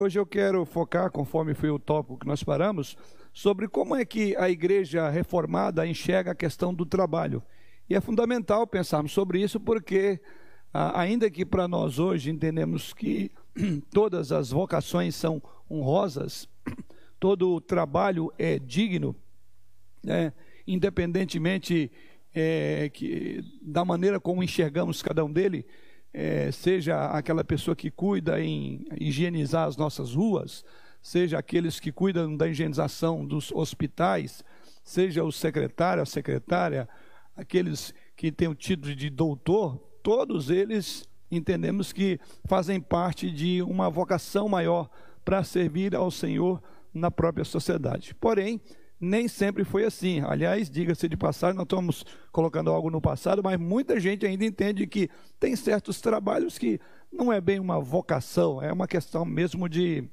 Hoje eu quero focar, conforme foi o tópico que nós paramos, sobre como é que a igreja reformada enxerga a questão do trabalho. E é fundamental pensarmos sobre isso porque, ainda que para nós hoje entendemos que todas as vocações são honrosas, todo o trabalho é digno, né? Independentemente da maneira como enxergamos cada um dele, seja aquela pessoa que cuida em higienizar as nossas ruas, seja aqueles que cuidam da higienização dos hospitais, seja o secretário, a secretária, aqueles que têm o título de doutor, todos eles entendemos que fazem parte de uma vocação maior para servir ao Senhor na própria sociedade. Porém, nem sempre foi assim. Aliás, diga-se de passagem, nós estamos colocando algo no passado, mas muita gente ainda entende que tem certos trabalhos que não é bem uma vocação, é uma questão mesmo de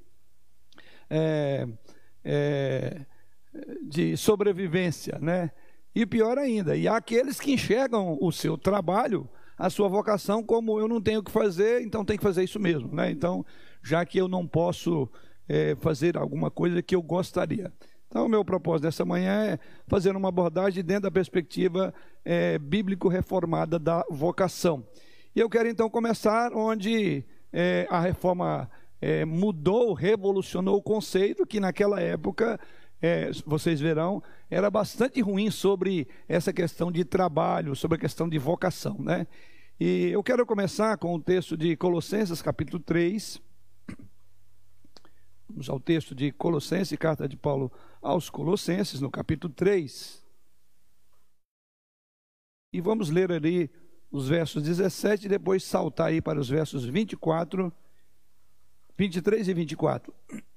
sobrevivência, né? E pior ainda, e há aqueles que enxergam o seu trabalho, a sua vocação, como eu não tenho o que fazer, então tem que fazer isso mesmo, né? Então, já que eu não posso fazer alguma coisa que eu gostaria. Então, o meu propósito dessa manhã é fazer uma abordagem dentro da perspectiva bíblico-reformada da vocação. E eu quero, então, começar onde a reforma mudou, revolucionou o conceito que, naquela época, vocês verão, era bastante ruim sobre essa questão de trabalho, sobre a questão de vocação, né? E eu quero começar com o texto de Colossenses, capítulo 3. Vamos ao texto de Colossenses, carta de Paulo aos Colossenses, no capítulo 3. E vamos ler ali os versos 17 e depois saltar aí para os versos 23 e 24.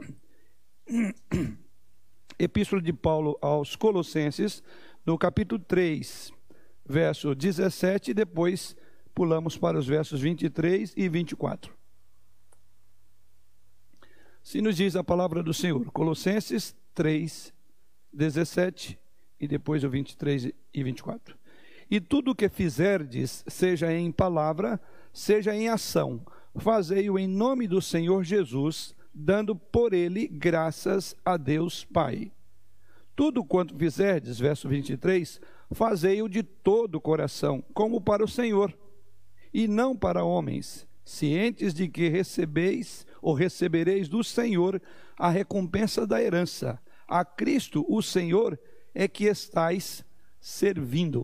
Epístola de Paulo aos Colossenses, no capítulo 3, verso 17, e depois pulamos para os versos 23 e 24. Se nos diz a palavra do Senhor, Colossenses 3, 17 e depois o 23 e 24. E tudo o que fizerdes, seja em palavra, seja em ação, fazei-o em nome do Senhor Jesus, dando por ele graças a Deus Pai. Tudo quanto fizerdes, verso 23, fazei-o de todo o coração, como para o Senhor, e não para homens, cientes de que recebeis ou recebereis do Senhor a recompensa da herança. A Cristo, o Senhor, é que estais servindo.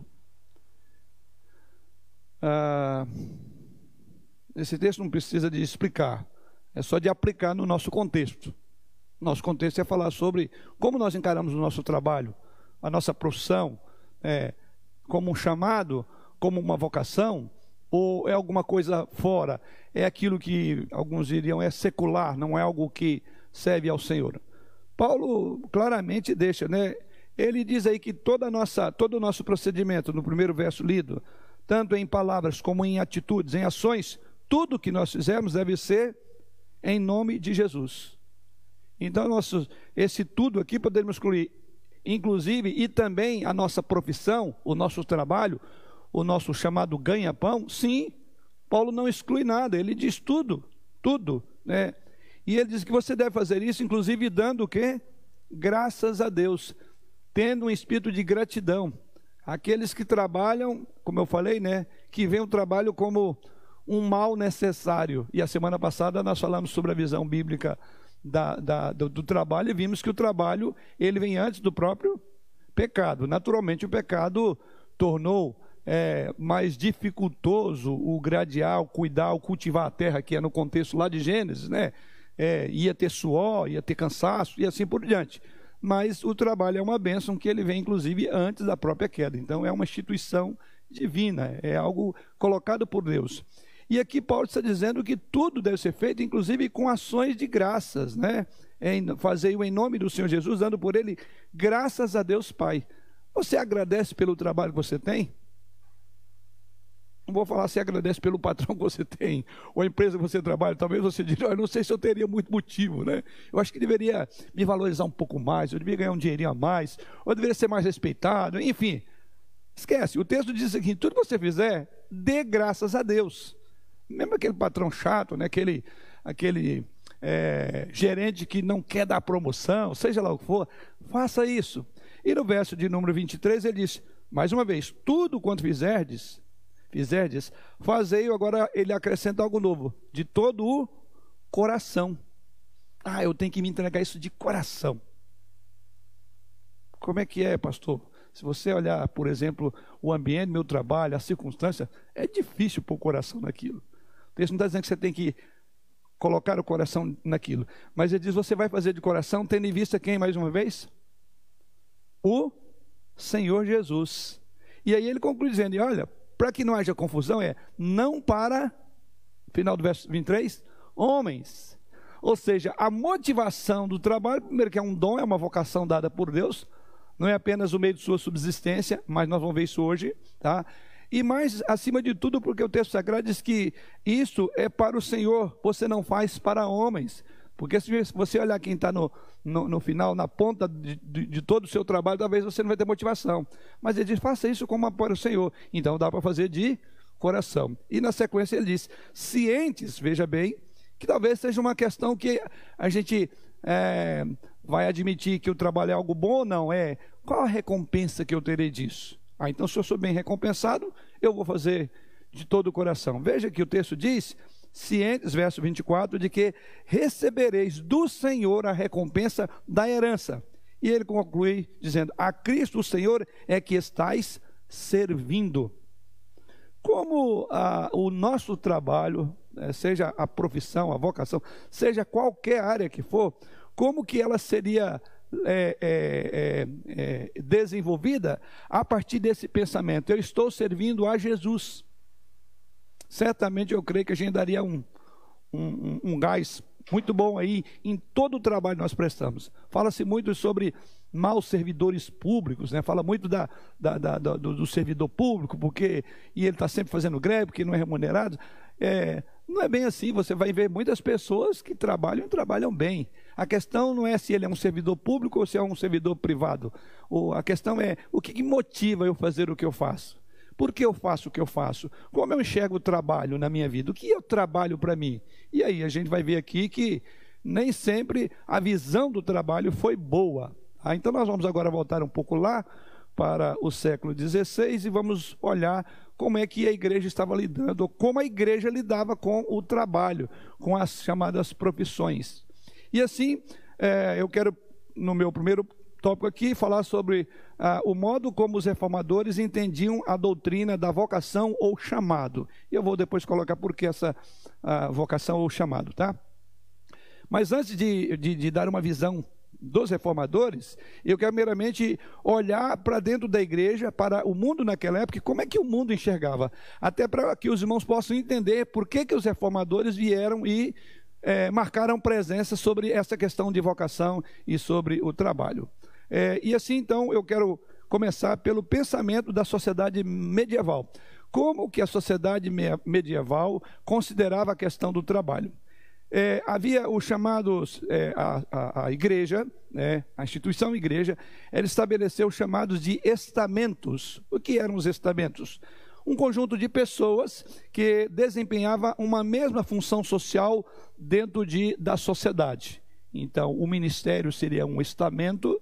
Esse texto não precisa de explicar, é só de aplicar no nosso contexto. Nosso contexto é falar sobre como nós encaramos o nosso trabalho, a nossa profissão, como um chamado, como uma vocação, ou é alguma coisa fora, é aquilo que alguns diriam é secular, não é algo que serve ao Senhor. Paulo claramente deixa, né? Ele diz aí que todo o nosso procedimento, no primeiro verso lido, tanto em palavras como em atitudes, em ações, tudo que nós fizermos deve ser em nome de Jesus. Então, esse tudo aqui podemos incluir, inclusive, e também a nossa profissão, o nosso trabalho, o nosso chamado ganha-pão. Sim, Paulo não exclui nada, ele diz tudo, né? E ele diz que você deve fazer isso, inclusive dando o quê? Graças a Deus, tendo um espírito de gratidão. Aqueles que trabalham, como eu falei, né? Que veem o trabalho como um mal necessário. E a semana passada nós falamos sobre a visão bíblica do trabalho e vimos que o trabalho, ele vem antes do próprio pecado. Naturalmente o pecado tornou mais dificultoso o gradear, o cuidar, o cultivar a terra, que é no contexto lá de Gênesis, né? Ia ter suor, ia ter cansaço e assim por diante. Mas o trabalho é uma bênção que ele vem, inclusive, antes da própria queda. Então é uma instituição divina, é algo colocado por Deus. E aqui Paulo está dizendo que tudo deve ser feito, inclusive com ações de graças, né? Fazei-o em nome do Senhor Jesus, dando por ele graças a Deus Pai. Você agradece pelo trabalho que você tem? Não vou falar se agradece pelo patrão que você tem, ou a empresa que você trabalha. Talvez você diga, eu não sei se eu teria muito motivo, né? Eu acho que deveria me valorizar um pouco mais, eu deveria ganhar um dinheirinho a mais, ou eu deveria ser mais respeitado, enfim. Esquece, o texto diz aqui, tudo que você fizer, dê graças a Deus. Mesmo aquele patrão chato, né? aquele gerente que não quer dar promoção, seja lá o que for, faça isso. E no verso de número 23 ele diz, mais uma vez, tudo quanto fizerdes, fazei-o. Agora ele acrescenta algo novo, de todo o coração. Eu tenho que me entregar isso de coração. Como é que é, pastor? Se você olhar, por exemplo, o ambiente, meu trabalho, a circunstância, é difícil pôr o coração naquilo. O texto não está dizendo que você tem que colocar o coração naquilo, mas ele diz, você vai fazer de coração, tendo em vista quem, mais uma vez? O Senhor Jesus. E aí ele conclui dizendo, e olha, para que não haja confusão, não para, final do verso 23, homens. Ou seja, a motivação do trabalho, primeiro que é um dom, é uma vocação dada por Deus, não é apenas o meio de sua subsistência, mas nós vamos ver isso hoje, tá? E mais, acima de tudo, porque o texto sagrado diz que isso é para o Senhor, você não faz para homens. Porque se você olhar quem está no final, na ponta de todo o seu trabalho, talvez você não vai ter motivação. Mas ele diz, faça isso como para o Senhor. Então dá para fazer de coração. E na sequência ele diz, cientes, veja bem, que talvez seja uma questão que a gente vai admitir que o trabalho é algo bom ou não. Qual a recompensa que eu terei disso? Então se eu sou bem recompensado, eu vou fazer de todo o coração. Veja que o texto diz, cientes, verso 24, de que recebereis do Senhor a recompensa da herança. E ele conclui dizendo, a Cristo o Senhor é que estáis servindo. Como o nosso trabalho, seja a profissão, a vocação, seja qualquer área que for, como que ela seria desenvolvida a partir desse pensamento? Eu estou servindo a Jesus. Certamente eu creio que a gente daria um gás muito bom aí em todo o trabalho que nós prestamos. Fala-se muito sobre maus servidores públicos, né? Fala muito do servidor público, e ele está sempre fazendo greve, porque não é remunerado. Não é bem assim, você vai ver muitas pessoas que trabalham e trabalham bem. A questão não é se ele é um servidor público ou se é um servidor privado. A questão é o que motiva eu fazer o que eu faço. Por que eu faço o que eu faço? Como eu enxergo o trabalho na minha vida? O que eu trabalho para mim? E aí a gente vai ver aqui que nem sempre a visão do trabalho foi boa. Então nós vamos agora voltar um pouco lá para o século XVI e vamos olhar como é que a igreja estava lidando, ou como a igreja lidava com o trabalho, com as chamadas profissões. E assim, eu quero, no meu primeiro tópico aqui, falar sobre o modo como os reformadores entendiam a doutrina da vocação ou chamado. E eu vou depois colocar por que essa vocação ou chamado, tá? Mas antes de dar uma visão dos reformadores, eu quero meramente olhar para dentro da igreja, para o mundo naquela época, como é que o mundo enxergava, até para que os irmãos possam entender por que os reformadores vieram e marcaram presença sobre essa questão de vocação e sobre o trabalho. E assim, então, eu quero começar pelo pensamento da sociedade medieval. Como que a sociedade medieval considerava a questão do trabalho? Havia os chamados, a igreja, a instituição igreja, ela estabeleceu os chamados de estamentos. O que eram os estamentos? Um conjunto de pessoas que desempenhava uma mesma função social dentro da sociedade. Então, o ministério seria um estamento,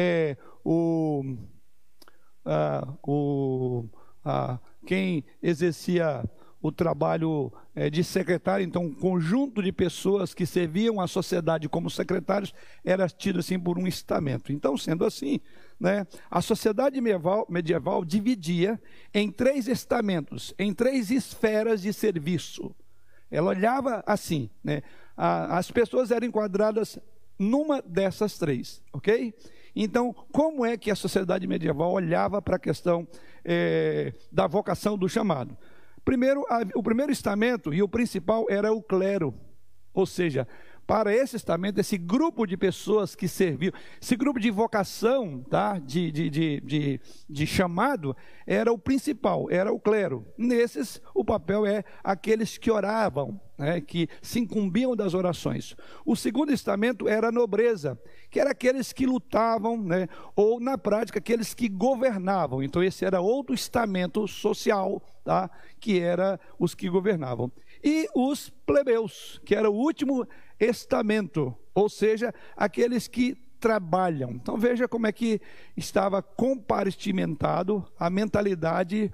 quem exercia o trabalho de secretário, então um conjunto de pessoas que serviam a sociedade como secretários era tido assim por um estamento. Então, sendo assim, né, a sociedade medieval dividia em 3 estamentos, em 3 esferas de serviço. Ela olhava assim, né, as pessoas eram enquadradas numa dessas 3, ok? Então, como é que a sociedade medieval olhava para a questão da vocação do chamado? Primeiro, o primeiro estamento e o principal era o clero, ou seja, para esse estamento, esse grupo de pessoas que serviam, esse grupo de vocação, tá? de chamado, era o principal, era o clero. Nesses, o papel é aqueles que oravam, né? Que se incumbiam das orações. O segundo estamento era a nobreza, que era aqueles que lutavam, né? Ou na prática, aqueles que governavam. Então esse era outro estamento social, tá? Que era os que governavam. E os plebeus, que era o último estamento, ou seja, aqueles que trabalham. Então veja como é que estava compartimentado a mentalidade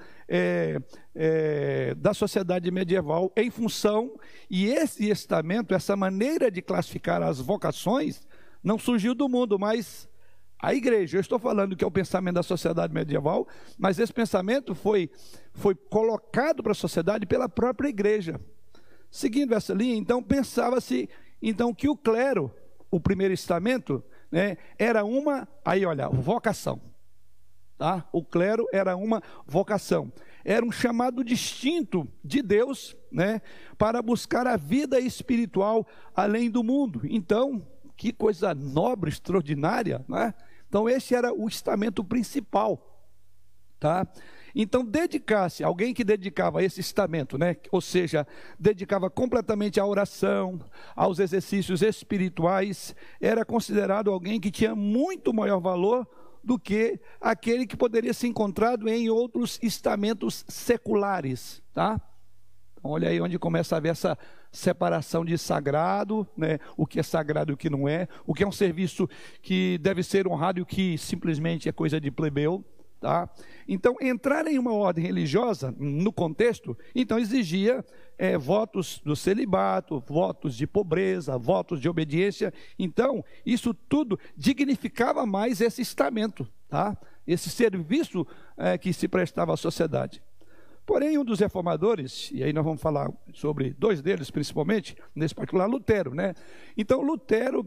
da sociedade medieval em função, e esse estamento, essa maneira de classificar as vocações, não surgiu do mundo, mas a igreja. Eu estou falando que é o pensamento da sociedade medieval, mas esse pensamento foi colocado para a sociedade pela própria igreja. Seguindo essa linha, então, pensava-se então que o clero, o primeiro estamento, né, era uma, aí olha, vocação. Tá? O clero era uma vocação. Era um chamado distinto de Deus, né, para buscar a vida espiritual além do mundo. Então, que coisa nobre, extraordinária, né? Então esse era o estamento principal, tá? Então dedicar-se, alguém que dedicava esse estamento, né? Ou seja, dedicava completamente à oração, aos exercícios espirituais, era considerado alguém que tinha muito maior valor do que aquele que poderia ser encontrado em outros estamentos seculares, tá? Então, olha aí onde começa a haver essa separação de sagrado, né? O que é sagrado e o que não é, o que é um serviço que deve ser honrado e o que simplesmente é coisa de plebeu, tá? Então, entrar em uma ordem religiosa, no contexto, então exigia votos do celibato, votos de pobreza, votos de obediência. Então, isso tudo dignificava mais esse estamento, tá? Esse serviço que se prestava à sociedade. Porém, um dos reformadores, e aí nós vamos falar sobre dois deles principalmente, nesse particular, Lutero, né? Então, Lutero,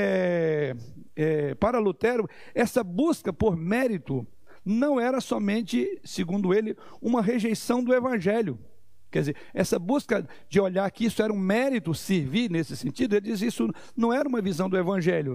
para Lutero, essa busca por mérito não era somente, segundo ele, uma rejeição do evangelho. Quer dizer, essa busca de olhar que isso era um mérito servir nesse sentido, ele diz isso não era uma visão do evangelho.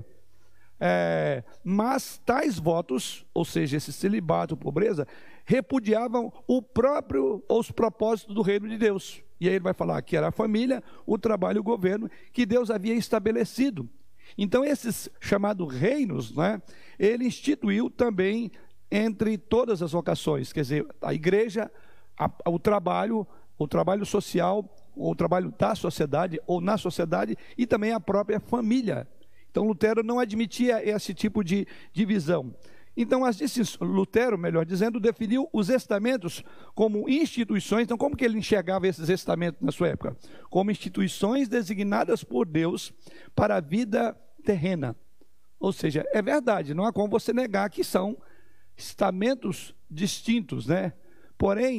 Mas tais votos, ou seja, esse celibato, pobreza, repudiavam os propósitos do reino de Deus. E aí ele vai falar que era a família, o trabalho e o governo que Deus havia estabelecido. Então esses chamados reinos, né, ele instituiu também entre todas as vocações, quer dizer, a igreja, o trabalho social, o trabalho da sociedade ou na sociedade e também a própria família. Então Lutero não admitia esse tipo de divisão. Então Lutero, melhor dizendo, definiu os estamentos como instituições. Então como que ele enxergava esses estamentos na sua época? Como instituições designadas por Deus para a vida terrena. Ou seja, é verdade, não há como você negar que são estamentos distintos, né? Porém,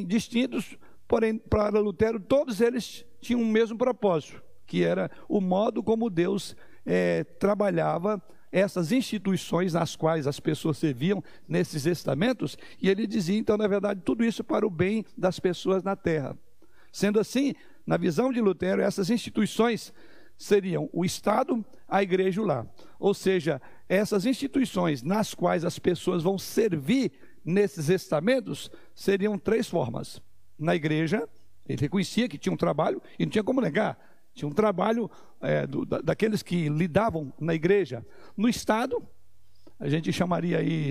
para Lutero, todos eles tinham o mesmo propósito, que era o modo como Deus trabalhava essas instituições nas quais as pessoas serviam nesses estamentos, e ele dizia, então, na verdade, tudo isso para o bem das pessoas na terra. Sendo assim, na visão de Lutero, essas instituições seriam o Estado, a igreja e o lar. Ou seja, essas instituições nas quais as pessoas vão servir nesses estamentos seriam três formas. Na igreja, ele reconhecia que tinha um trabalho e não tinha como negar. Tinha um trabalho daqueles que lidavam na igreja. No Estado, a gente chamaria aí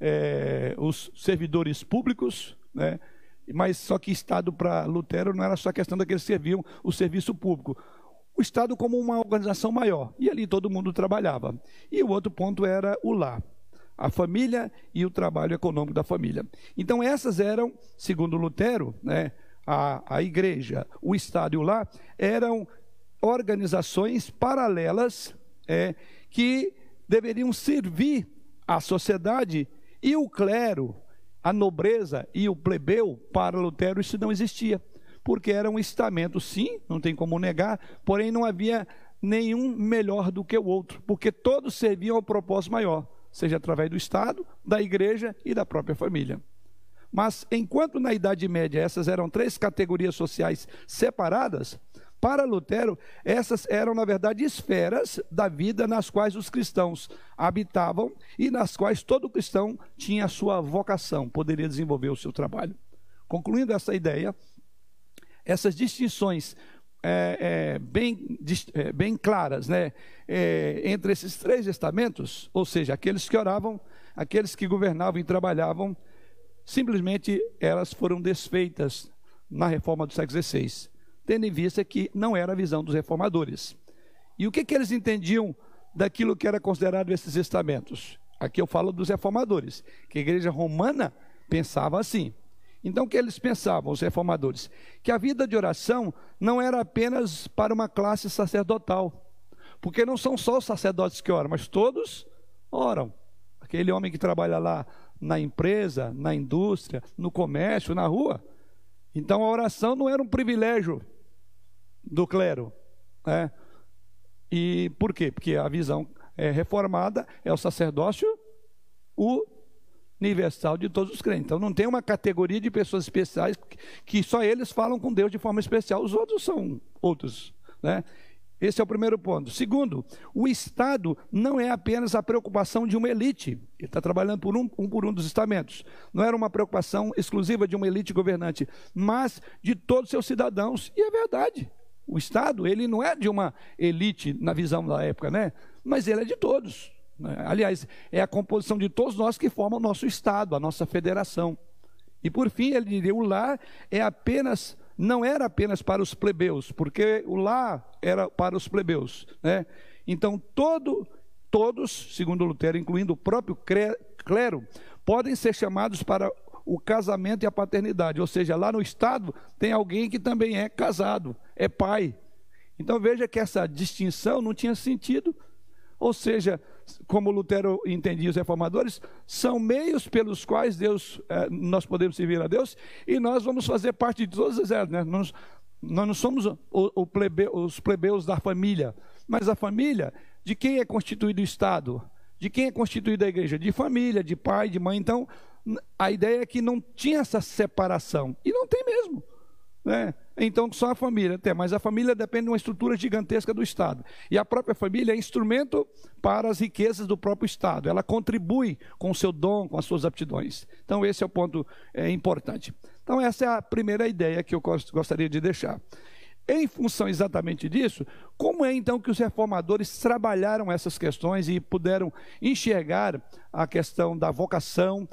os servidores públicos, né? Mas só que Estado para Lutero não era só a questão daqueles que serviam o serviço público. O Estado como uma organização maior, e ali todo mundo trabalhava. E o outro ponto era o lar, a família e o trabalho econômico da família. Então essas eram, segundo Lutero, né, a igreja, o Estado e o lar, eram organizações paralelas que deveriam servir à sociedade, e o clero, a nobreza e o plebeu, para Lutero isso não existia, porque era um estamento, sim, não tem como negar, porém não havia nenhum melhor do que o outro, porque todos serviam ao propósito maior, seja através do Estado, da igreja e da própria família. Mas enquanto na Idade Média essas eram três categorias sociais separadas, para Lutero essas eram na verdade esferas da vida nas quais os cristãos habitavam e nas quais todo cristão tinha a sua vocação, poderia desenvolver o seu trabalho. Concluindo essa ideia, essas distinções bem claras, né, entre esses três estamentos, ou seja, aqueles que oravam, aqueles que governavam e trabalhavam, simplesmente elas foram desfeitas na reforma do século XVI, tendo em vista que não era a visão dos reformadores. E o que eles entendiam daquilo que era considerado esses estamentos? Aqui eu falo dos reformadores, que a igreja romana pensava assim. Então o que eles pensavam, os reformadores? Que a vida de oração não era apenas para uma classe sacerdotal, porque não são só os sacerdotes que oram, mas todos oram. Aquele homem que trabalha lá na empresa, na indústria, no comércio, na rua. Então a oração não era um privilégio do clero, né? E por quê? Porque a visão reformada é o sacerdócio universal de todos os crentes. Então não tem uma categoria de pessoas especiais que só eles falam com Deus de forma especial, os outros são outros, né? Esse é o primeiro ponto. Segundo, o Estado não é apenas a preocupação de uma elite. Ele está trabalhando por um dos estamentos. Não era uma preocupação exclusiva de uma elite governante, mas de todos os seus cidadãos. E é verdade. O Estado, ele não é de uma elite na visão da época, né? Mas ele é de todos. Aliás, é a composição de todos nós que formam o nosso Estado, a nossa federação. E por fim, ele diria, o lar não era apenas para os plebeus, porque o lar era para os plebeus, né? Então todos, segundo Lutero, incluindo o próprio clero, podem ser chamados para o casamento e a paternidade, ou seja, lá no Estado tem alguém que também é casado, é pai. Então veja que essa distinção não tinha sentido, ou seja, como Lutero entendia os reformadores, são meios pelos quais nós podemos servir a Deus, e nós vamos fazer parte de todos os exércitos, né? Nós não somos os plebeus da família, mas a família, de quem é constituído o Estado? De quem é constituída a igreja? De família, de pai, de mãe. Então, a ideia é que não tinha essa separação, e não tem mesmo, né? Então só a família tem, mas a família depende de uma estrutura gigantesca do Estado, e a própria família é instrumento para as riquezas do próprio Estado, ela contribui com o seu dom, com as suas aptidões. Então esse é o ponto importante. Então essa é a primeira ideia que eu gostaria de deixar. Em função exatamente disso, como é então que os reformadores trabalharam essas questões e puderam enxergar a questão da vocação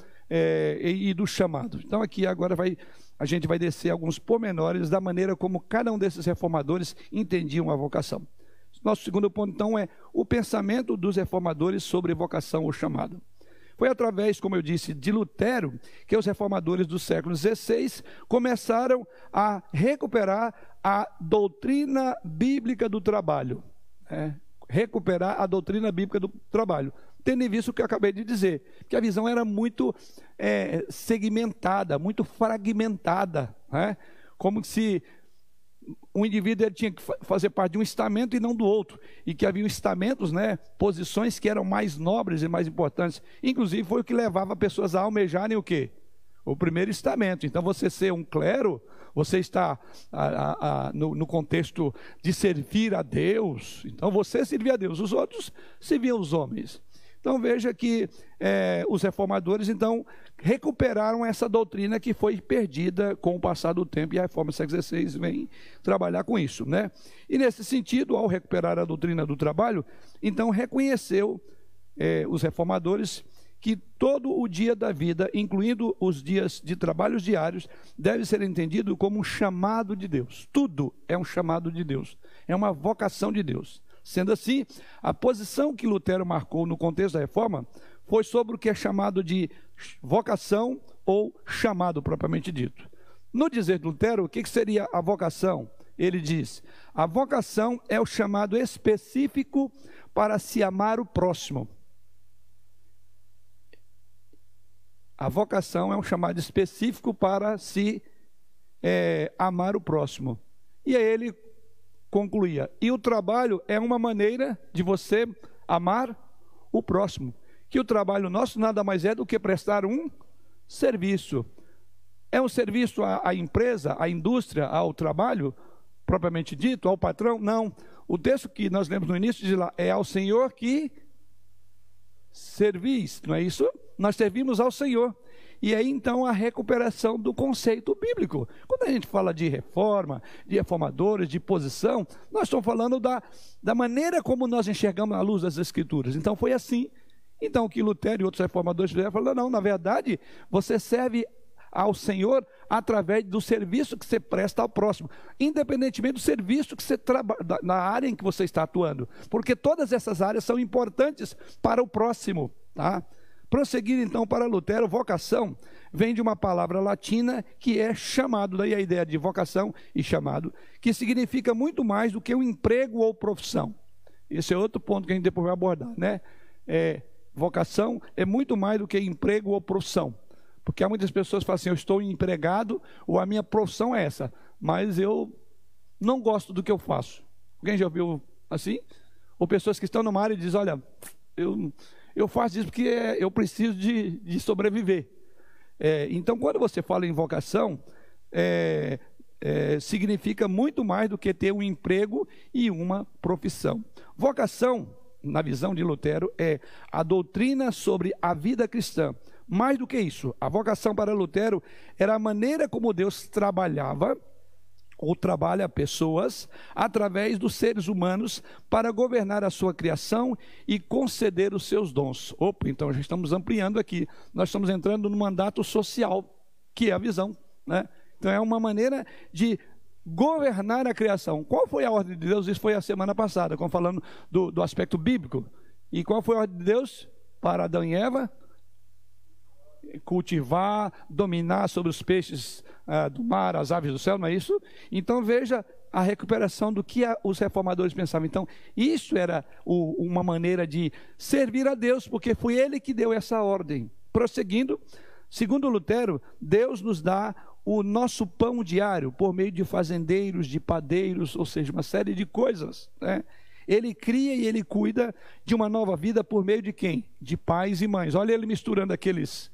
e do chamado? Então aqui agora a gente vai descer alguns pormenores da maneira como cada um desses reformadores entendiam a vocação. Nosso segundo ponto, então, é o pensamento dos reformadores sobre vocação ou chamado. Foi através, como eu disse, de Lutero, que os reformadores do século XVI começaram a recuperar a doutrina bíblica do trabalho. Recuperar a doutrina bíblica do trabalho, tendo em vista o que eu acabei de dizer, que a visão era muito segmentada, muito fragmentada, né? Como se um indivíduo tinha que fazer parte de um estamento e não do outro, e que havia estamentos, né, posições que eram mais nobres e mais importantes. Inclusive foi o que levava pessoas a almejarem o quê? O primeiro estamento. Então você ser um clero, você está no contexto de servir a Deus, então você servia a Deus, os outros serviam os homens. Então veja que os reformadores então recuperaram essa doutrina que foi perdida com o passar do tempo, e a reforma do século XVI vem trabalhar com isso, né? E nesse sentido, ao recuperar a doutrina do trabalho, então reconheceu os reformadores que todo o dia da vida, incluindo os dias de trabalhos diários, deve ser entendido como um chamado de Deus. Tudo é um chamado de Deus, é uma vocação de Deus. Sendo assim, a posição que Lutero marcou no contexto da reforma foi sobre o que é chamado de vocação ou chamado propriamente dito. No dizer de Lutero, o que seria a vocação? Ele diz: a vocação é o chamado específico para se amar o próximo. A vocação é um chamado específico para se amar o próximo. E aí ele concluía: e o trabalho é uma maneira de você amar o próximo. Que o trabalho nosso nada mais é do que prestar um serviço. É um serviço à empresa, à indústria, ao trabalho, propriamente dito, ao patrão? Não. O texto que nós lemos no início diz lá: é ao Senhor que servis, não é isso? Nós servimos ao Senhor. E aí então a recuperação do conceito bíblico. Quando a gente fala de reforma, de reformadores, de posição, nós estamos falando da maneira como nós enxergamos a luz das Escrituras. Então foi assim. Então o que Lutero e outros reformadores fizeram, falaram: não, na verdade você serve ao Senhor através do serviço que você presta ao próximo, independentemente do serviço que você trabalha, na área em que você está atuando, porque todas essas áreas são importantes para o próximo, tá? Prosseguir então para Lutero, vocação vem de uma palavra latina que é chamado, daí a ideia de vocação e chamado, que significa muito mais do que um emprego ou profissão. Esse é outro ponto que a gente depois vai abordar, né? Vocação é muito mais do que emprego ou profissão, porque há muitas pessoas que falam assim, eu estou empregado ou a minha profissão é essa, mas eu não gosto do que eu faço. Alguém já ouviu assim? Ou pessoas que estão numa área e dizem, olha, eu faço isso porque eu preciso de sobreviver. Então, quando você fala em vocação, significa muito mais do que ter um emprego e uma profissão. Vocação, na visão de Lutero, é a doutrina sobre a vida cristã. Mais do que isso, a vocação para Lutero era a maneira como Deus trabalhava ou trabalha pessoas através dos seres humanos para governar a sua criação e conceder os seus dons. Então já estamos ampliando aqui, nós estamos entrando no mandato social, que é a visão, né? Então é uma maneira de governar a criação. Qual foi a ordem de Deus? Isso foi a semana passada, como falando do aspecto bíblico. E qual foi a ordem de Deus para Adão e Eva? Cultivar, dominar sobre os peixes do mar, as aves do céu, não é isso? Então veja a recuperação do que os reformadores pensavam. Então isso era uma maneira de servir a Deus, porque foi Ele que deu essa ordem. Prosseguindo, segundo Lutero, Deus nos dá o nosso pão diário por meio de fazendeiros, de padeiros, ou seja, uma série de coisas, né? Ele cria e ele cuida de uma nova vida por meio de quem? De pais e mães. Olha ele misturando aqueles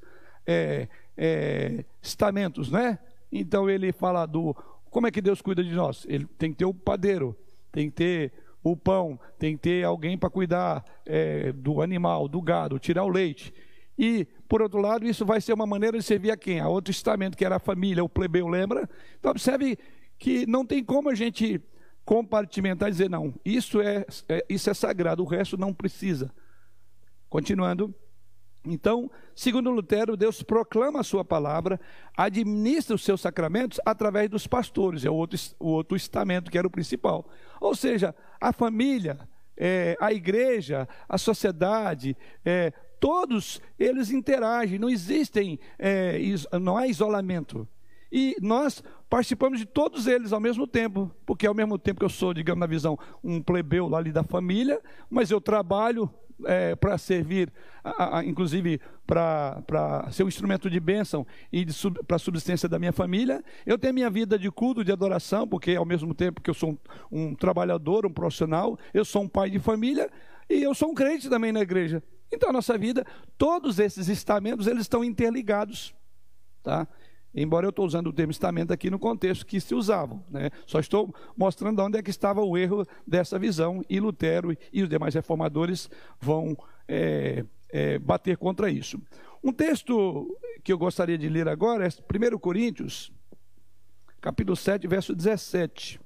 estamentos, né? Então ele fala como é que Deus cuida de nós? Ele tem que ter o padeiro, tem que ter o pão, tem que ter alguém para cuidar do animal, do gado, tirar o leite. E, por outro lado, isso vai ser uma maneira de servir a quem? A outro estamento, que era a família, o plebeu, lembra? Então, observe que não tem como a gente compartimentar e dizer, não, isso é sagrado, o resto não precisa. Continuando. Então, segundo Lutero, Deus proclama a sua palavra, administra os seus sacramentos através dos pastores, é o outro estamento que era o principal. Ou seja, a família, a igreja, a sociedade, todos eles interagem, não há isolamento. E nós participamos de todos eles ao mesmo tempo, porque ao mesmo tempo que eu sou, digamos na visão, um plebeu lá ali da família, mas eu trabalho para servir, inclusive para ser um instrumento de bênção e para a subsistência da minha família. Eu tenho minha vida de culto, de adoração, porque ao mesmo tempo que eu sou um trabalhador, um profissional, eu sou um pai de família e eu sou um crente também na igreja. Então a nossa vida, todos esses estamentos, eles estão interligados, tá? Embora eu estou usando o termo estamento aqui no contexto que se usavam, né? Só estou mostrando onde é que estava o erro dessa visão, e Lutero e os demais reformadores vão bater contra isso. Um texto que eu gostaria de ler agora é 1 Coríntios, capítulo 7, verso 17.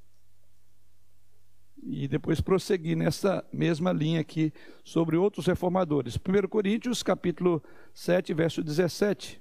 E depois prosseguir nessa mesma linha aqui sobre outros reformadores. 1 Coríntios, capítulo 7, verso 17.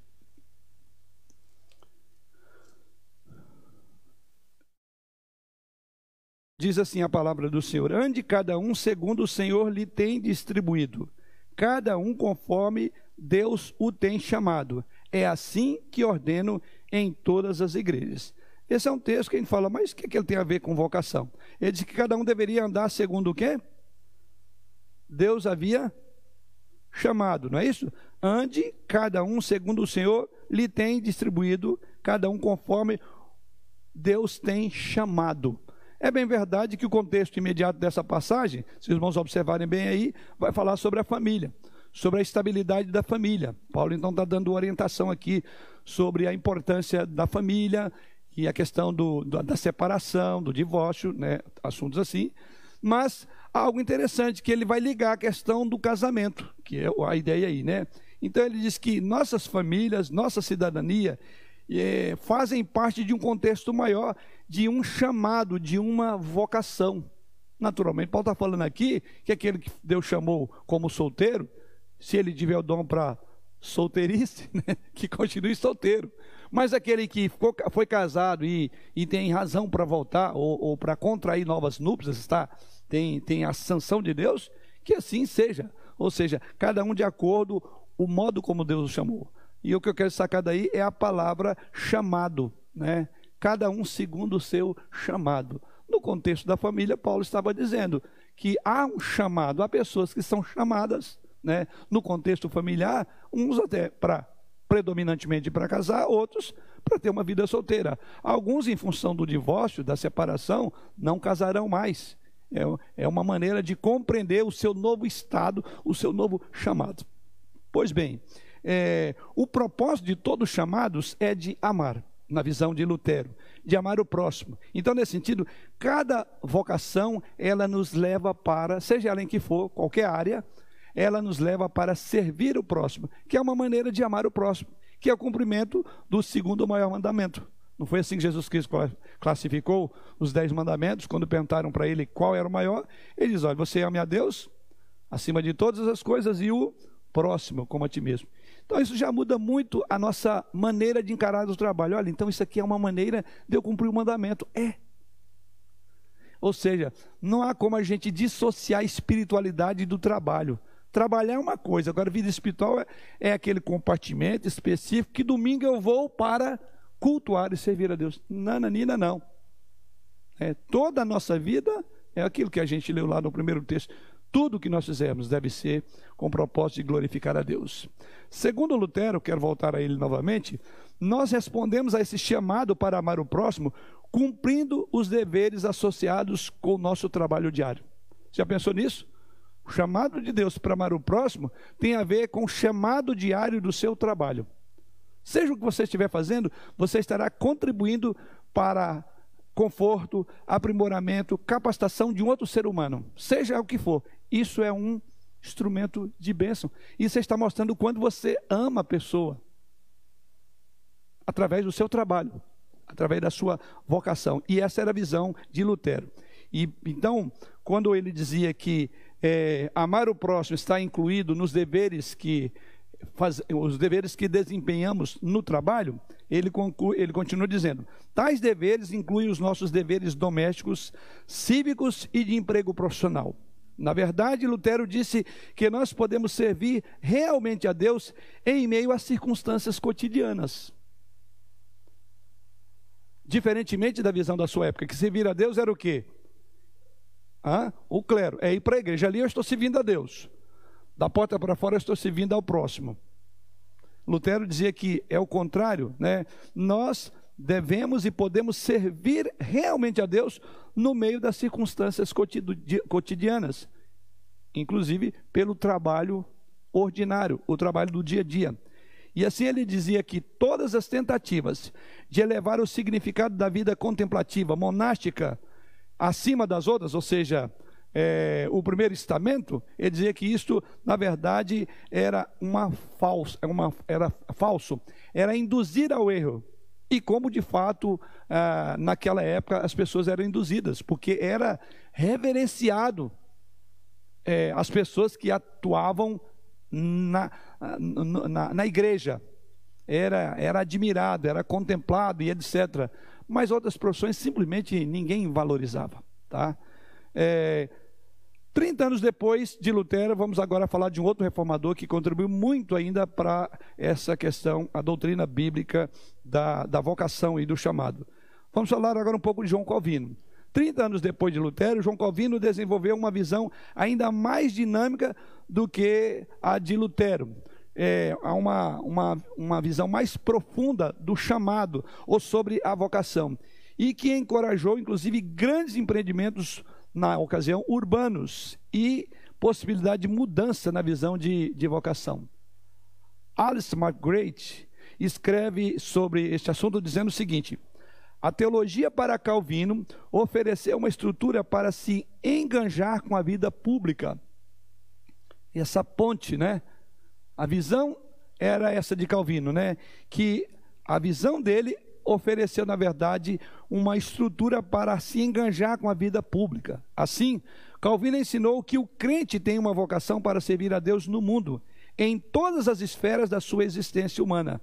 Diz assim a palavra do Senhor: ande cada um segundo o Senhor lhe tem distribuído, cada um conforme Deus o tem chamado. É assim que ordeno em todas as igrejas. Esse é um texto que a gente fala, mas o que ele tem a ver com vocação? Ele diz que cada um deveria andar segundo o quê? Deus havia chamado, não é isso? Ande cada um segundo o Senhor lhe tem distribuído, cada um conforme Deus tem chamado. É bem verdade que o contexto imediato dessa passagem, se os irmãos observarem bem aí, vai falar sobre a família, sobre a estabilidade da família. Paulo então está dando orientação aqui sobre a importância da família e a questão da separação, do divórcio, né? Assuntos assim. Mas algo interessante, que ele vai ligar a questão do casamento, que é a ideia aí, né? Então ele diz que nossas famílias, nossa cidadania, fazem parte de um contexto maior, de um chamado, de uma vocação. Naturalmente, Paulo está falando aqui que aquele que Deus chamou como solteiro, se ele tiver o dom para solteirice, né, que continue solteiro. Mas aquele que foi casado e tem razão para voltar ou para contrair novas núpcias, tem a sanção de Deus, que assim seja. Ou seja, cada um de acordo o modo como Deus o chamou. E o que eu quero sacar daí é a palavra chamado, né? Cada um segundo o seu chamado. No contexto da família, Paulo estava dizendo que há um chamado, há pessoas que são chamadas, né? No contexto familiar, uns até predominantemente para casar, outros para ter uma vida solteira. Alguns, em função do divórcio, da separação, não casarão mais. É uma maneira de compreender o seu novo estado, o seu novo chamado. Pois bem, o propósito de todos os chamados é de amar, na visão de Lutero, de amar o próximo. Então, nesse sentido, cada vocação, ela nos leva para, seja ela em que for, qualquer área, ela nos leva para servir o próximo, que é uma maneira de amar o próximo, que é o cumprimento do segundo maior mandamento. Não foi assim que Jesus Cristo classificou os 10 mandamentos? Quando perguntaram para ele qual era o maior, ele diz: olha, você ame a Deus acima de todas as coisas e o próximo como a ti mesmo. Então isso já muda muito a nossa maneira de encarar o trabalho. Olha, então isso aqui é uma maneira de eu cumprir o mandamento. Ou seja, não há como a gente dissociar a espiritualidade do trabalho. Trabalhar é uma coisa, agora a vida espiritual é aquele compartimento específico que domingo eu vou para cultuar e servir a Deus. Nananina, não. Toda a nossa vida é aquilo que a gente leu lá no primeiro texto. Tudo que nós fizermos deve ser com o propósito de glorificar a Deus. Segundo Lutero, quero voltar a ele novamente, nós respondemos a esse chamado para amar o próximo cumprindo os deveres associados com o nosso trabalho diário. Já pensou nisso? O chamado de Deus para amar o próximo tem a ver com o chamado diário do seu trabalho. Seja o que você estiver fazendo, você estará contribuindo para conforto, aprimoramento, capacitação de um outro ser humano, seja o que for. Isso é um instrumento de bênção. E você está mostrando o quanto você ama a pessoa, através do seu trabalho, através da sua vocação. E essa era a visão de Lutero. E então, quando ele dizia que amar o próximo está incluído nos deveres os deveres que desempenhamos no trabalho, ele continua dizendo: tais deveres incluem os nossos deveres domésticos, cívicos e de emprego profissional. Na verdade, Lutero disse que nós podemos servir realmente a Deus em meio às circunstâncias cotidianas. Diferentemente da visão da sua época, que servir a Deus era o quê? O clero, é ir para a igreja. Ali eu estou servindo a Deus. Da porta para fora eu estou servindo ao próximo. Lutero dizia que é o contrário, né? Nós devemos e podemos servir realmente a Deus no meio das circunstâncias cotidianas, inclusive pelo trabalho ordinário, o trabalho do dia a dia. E assim ele dizia que todas as tentativas de elevar o significado da vida contemplativa, monástica, acima das outras, ou seja, o primeiro estamento, ele dizia que isto, na verdade, era falso, era induzir ao erro. E como, de fato, naquela época as pessoas eram induzidas, porque era reverenciado as pessoas que atuavam na igreja. Era admirado, era contemplado e etc. Mas outras profissões simplesmente ninguém valorizava, tá? 30 anos depois de Lutero, vamos agora falar de um outro reformador que contribuiu muito ainda para essa questão, a doutrina bíblica da vocação e do chamado. Vamos falar agora um pouco de João Calvino. 30 anos depois de Lutero, João Calvino desenvolveu uma visão ainda mais dinâmica do que a de Lutero. Há uma visão mais profunda do chamado ou sobre a vocação, e que encorajou inclusive grandes empreendimentos na ocasião urbanos e possibilidade de mudança na visão de vocação. Alice McGrath escreve sobre este assunto dizendo o seguinte: a teologia para Calvino ofereceu uma estrutura para se enganjar com a vida pública. E essa ponte, né? A visão era essa de Calvino, né? Que a visão dele ofereceu, na verdade, uma estrutura para se enganjar com a vida pública. Assim, Calvino ensinou que o crente tem uma vocação para servir a Deus no mundo, em todas as esferas da sua existência humana.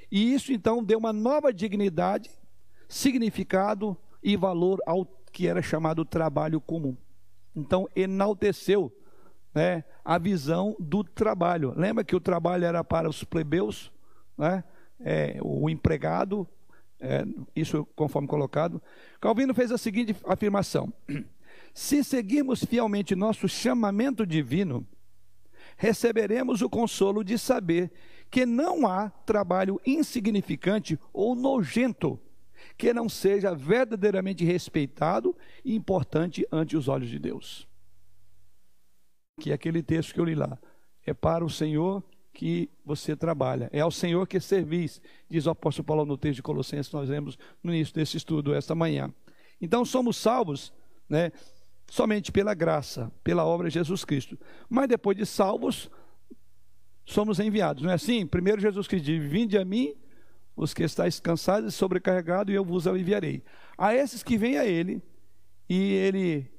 E isso então deu uma nova dignidade, significado e valor ao que era chamado trabalho comum. Então enalteceu, né, a visão do trabalho. Lembra que o trabalho era para os plebeus, né? O empregado, isso conforme colocado. Calvino fez a seguinte afirmação: se seguirmos fielmente nosso chamamento divino, receberemos o consolo de saber que não há trabalho insignificante ou nojento que não seja verdadeiramente respeitado e importante ante os olhos de Deus. Que é aquele texto que eu li lá. É para o Senhor que você trabalha, é ao Senhor que servis, diz o apóstolo Paulo no texto de Colossenses, que nós lemos no início desse estudo esta manhã. Então somos salvos, né, somente pela graça, pela obra de Jesus Cristo. Mas depois de salvos, somos enviados, não é assim? Primeiro Jesus Cristo diz: vinde a mim, os que estáis cansados e sobrecarregados, e eu vos aliviarei. A esses que vêm a Ele, e Ele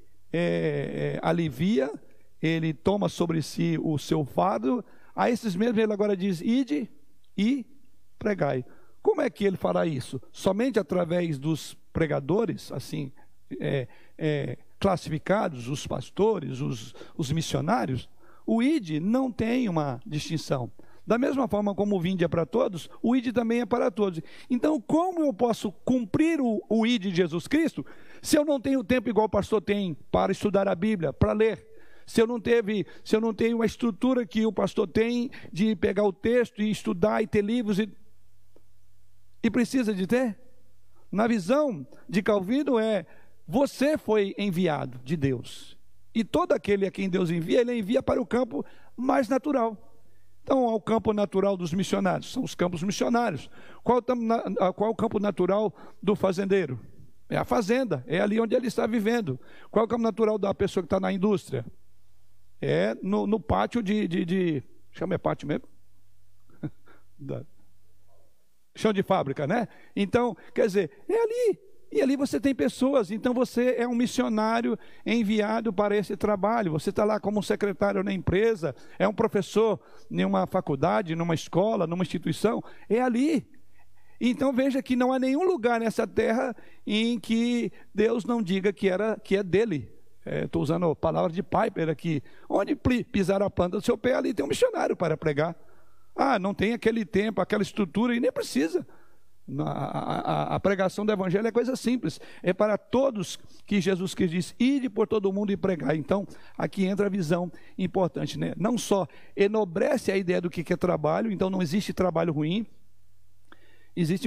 alivia, Ele toma sobre si o seu fardo. A esses mesmos Ele agora diz: ide e pregai. Como é que Ele fará isso? Somente através dos pregadores, assim, classificados, os pastores, os missionários? O ide não tem uma distinção. Da mesma forma como o vinde é para todos, o ide também é para todos. Então, como eu posso cumprir o ide de Jesus Cristo, se eu não tenho tempo igual o pastor tem para estudar a Bíblia, para ler? Se eu não tenho a estrutura que o pastor tem de pegar o texto e estudar e ter livros e precisa de ter? Na visão de Calvino você foi enviado de Deus. E todo aquele a quem Deus envia, Ele envia para o campo mais natural. Então, ao campo natural dos missionários, são os campos missionários. Qual o campo natural do fazendeiro? É a fazenda, é ali onde ele está vivendo. Qual é o campo natural da pessoa que está na indústria? É no pátio chama pátio mesmo? Chão de fábrica, né? Então, quer dizer, é ali. E ali você tem pessoas, então você é um missionário enviado para esse trabalho. Você está lá como secretário na empresa, é um professor em uma faculdade, numa escola, numa instituição, é ali. Então veja que não há nenhum lugar nessa terra em que Deus não diga que é dele. Estou usando a palavra de Piper aqui. Onde pisar a planta do seu pé, ali tem um missionário para pregar. Não tem aquele tempo, aquela estrutura, e nem precisa. A pregação do evangelho é coisa simples, é para todos que Jesus Cristo diz: ide por todo o mundo e pregar. Então aqui entra a visão importante, né? Não só enobrece a ideia do que é trabalho, então não existe trabalho ruim, existe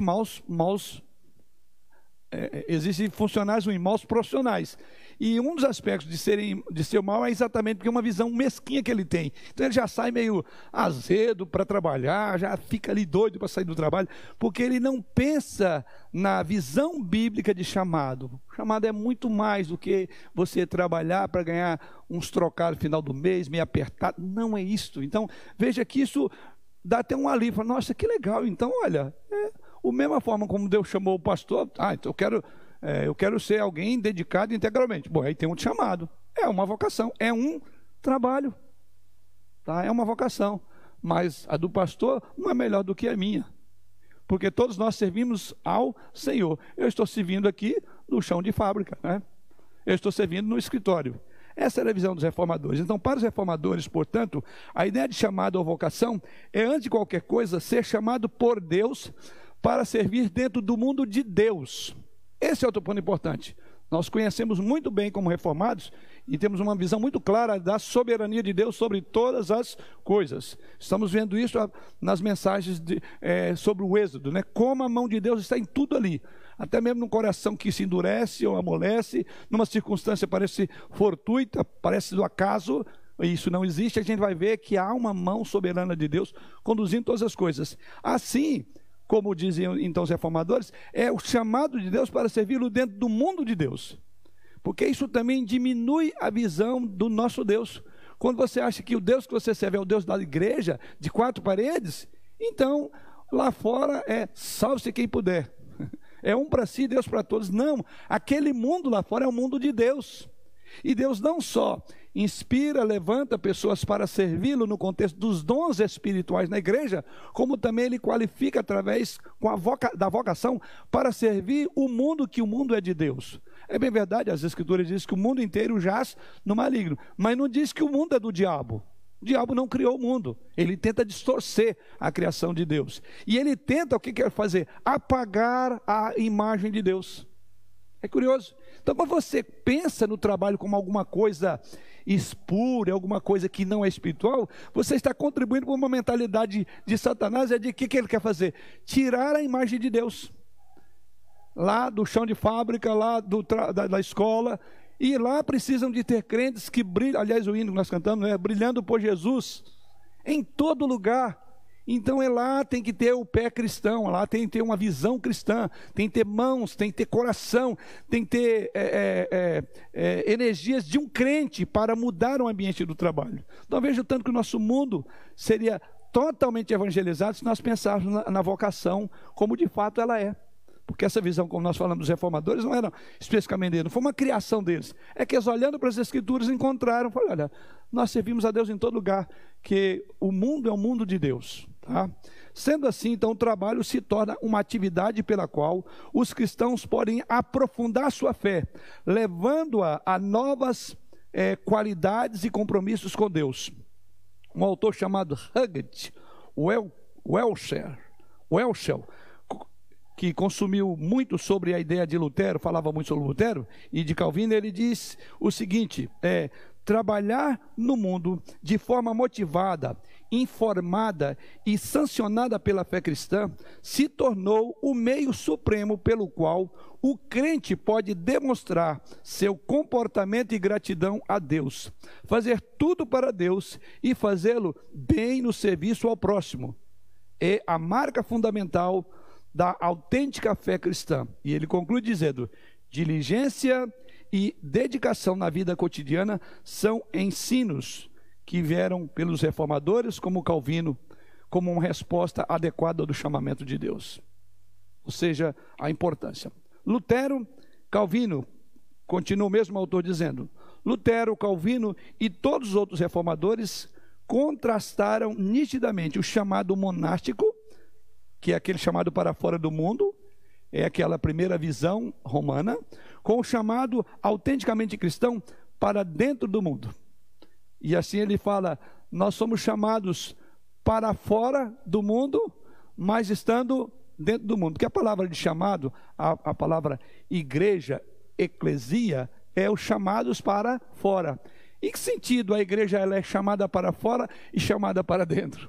existem funcionários ruins, maus profissionais. E um dos aspectos de ser mal é exatamente porque é uma visão mesquinha que ele tem. Então ele já sai meio azedo para trabalhar, já fica ali doido para sair do trabalho, porque ele não pensa na visão bíblica de chamado. O chamado é muito mais do que você trabalhar para ganhar uns trocados no final do mês, meio apertado. Não é isso. Então veja que isso dá até um alívio. Nossa, que legal. Então olha, a mesma forma como Deus chamou o pastor, então eu quero ser alguém dedicado integralmente. Bom, aí tem um chamado, é uma vocação, é um trabalho, tá? É uma vocação, mas a do pastor não é melhor do que a minha, porque todos nós servimos ao Senhor. Eu estou servindo aqui no chão de fábrica, né? Eu estou servindo no escritório. Essa era a visão dos reformadores. Então, para os reformadores, portanto, a ideia de chamado ou vocação é, antes de qualquer coisa, ser chamado por Deus para servir dentro do mundo de Deus. Esse é outro ponto importante. Nós conhecemos muito bem como reformados e temos uma visão muito clara da soberania de Deus sobre todas as coisas. Estamos vendo isso nas mensagens sobre o Êxodo, né? Como a mão de Deus está em tudo ali. Até mesmo num coração que se endurece ou amolece, numa circunstância parece fortuita, parece do acaso, isso não existe, a gente vai ver que há uma mão soberana de Deus conduzindo todas as coisas. Assim, como diziam então os reformadores, é o chamado de Deus para servi-lo dentro do mundo de Deus, porque isso também diminui a visão do nosso Deus. Quando você acha que o Deus que você serve é o Deus da igreja, de quatro paredes, então lá fora salve-se quem puder, é um para si, Deus para todos. Não, aquele mundo lá fora é o mundo de Deus, e Deus não só inspira, levanta pessoas para servi-lo no contexto dos dons espirituais na igreja, como também ele qualifica através da vocação para servir o mundo, que o mundo é de Deus. É bem verdade, as Escrituras dizem que o mundo inteiro jaz no maligno, mas não diz que o mundo é do diabo. O diabo não criou o mundo, ele tenta distorcer a criação de Deus. E ele tenta, o que quer fazer? Apagar a imagem de Deus. É curioso. Então, quando você pensa no trabalho como alguma coisa espúria, alguma coisa que não é espiritual, você está contribuindo para uma mentalidade de Satanás, é de que ele quer fazer? Tirar a imagem de Deus. Lá do chão de fábrica, lá da escola, e lá precisam de ter crentes que brilham, aliás o hino que nós cantamos, né? Brilhando por Jesus, em todo lugar. Então lá tem que ter o pé cristão, lá tem que ter uma visão cristã, tem que ter mãos, tem que ter coração, tem que ter energias de um crente para mudar o ambiente do trabalho. Então vejo tanto que o nosso mundo seria totalmente evangelizado se nós pensarmos na vocação como de fato ela é. Porque essa visão, como nós falamos dos reformadores, não era especificamente deles, não foi uma criação deles. É que eles, olhando para as Escrituras, encontraram, falaram, olha, nós servimos a Deus em todo lugar, que o mundo é o mundo de Deus. Tá? Sendo assim, então, o trabalho se torna uma atividade pela qual os cristãos podem aprofundar sua fé, levando-a a novas qualidades e compromissos com Deus. Um autor chamado Huggett Welchel, que consumiu muito sobre a ideia de Lutero, falava muito sobre Lutero e de Calvino, ele diz o seguinte: trabalhar no mundo de forma motivada, informada e sancionada pela fé cristã se tornou o meio supremo pelo qual o crente pode demonstrar seu comportamento e gratidão a Deus, fazer tudo para Deus e fazê-lo bem no serviço ao próximo. É a marca fundamental da autêntica fé cristã. E ele conclui dizendo: diligência e dedicação na vida cotidiana são ensinos que vieram pelos reformadores, como Calvino, como uma resposta adequada do chamamento de Deus. Ou seja, a importância. Lutero, Calvino, continua o mesmo autor dizendo, Lutero, Calvino e todos os outros reformadores contrastaram nitidamente o chamado monástico, que é aquele chamado para fora do mundo, é aquela primeira visão romana, com o chamado autenticamente cristão para dentro do mundo. E assim ele fala, nós somos chamados para fora do mundo, mas estando dentro do mundo. Porque a palavra de chamado, a palavra igreja, eclesia, é os chamados para fora. Em que sentido a igreja ela é chamada para fora e chamada para dentro?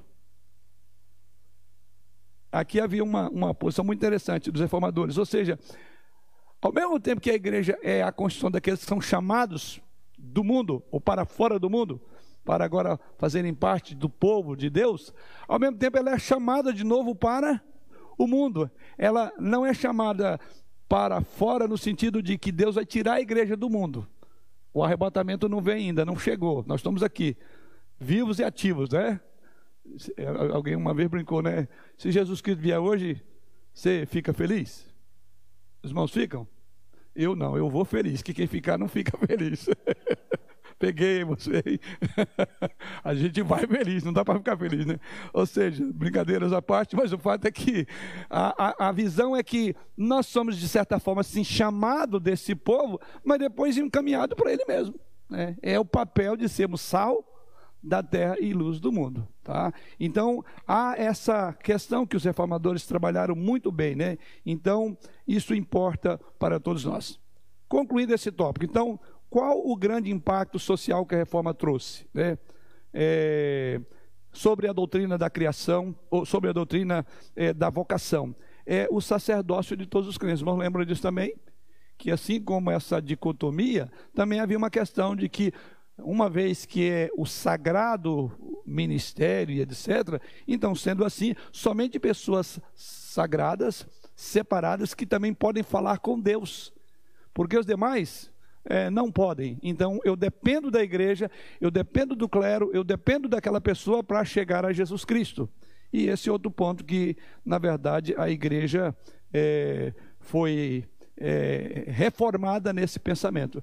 Aqui havia uma posição muito interessante dos reformadores, ou seja, ao mesmo tempo que a igreja é a constituição daqueles que são chamados do mundo, ou para fora do mundo, para agora fazerem parte do povo de Deus, ao mesmo tempo ela é chamada de novo para o mundo. Ela não é chamada para fora no sentido de que Deus vai tirar a igreja do mundo. O arrebatamento não vem ainda, não chegou, nós estamos aqui, vivos e ativos, né? Alguém uma vez brincou, né? Se Jesus Cristo vier hoje, você fica feliz? Os irmãos ficam? Eu não, eu vou feliz, que quem ficar não fica feliz. Peguei você. A gente vai feliz, não dá para ficar feliz, né? Ou seja, brincadeiras à parte, mas o fato é que a visão é que nós somos, de certa forma, assim, chamados desse povo, mas depois encaminhado para ele mesmo, né? É o papel de sermos sal da terra e luz do mundo, tá? Então, há essa questão que os reformadores trabalharam muito bem, né? Então, isso importa para todos nós. Concluindo esse tópico, então, qual o grande impacto social que a reforma trouxe, né? Sobre a doutrina da criação, ou sobre a doutrina da vocação? É o sacerdócio de todos os crentes. Vamos lembrar disso também? Que assim como essa dicotomia, também havia uma questão de que uma vez que é o sagrado ministério e etc., então, sendo assim, somente pessoas sagradas, separadas, que também podem falar com Deus, porque os demais não podem. Então, eu dependo da igreja, eu dependo do clero, eu dependo daquela pessoa para chegar a Jesus Cristo. E esse é outro ponto que, na verdade, a igreja foi reformada nesse pensamento.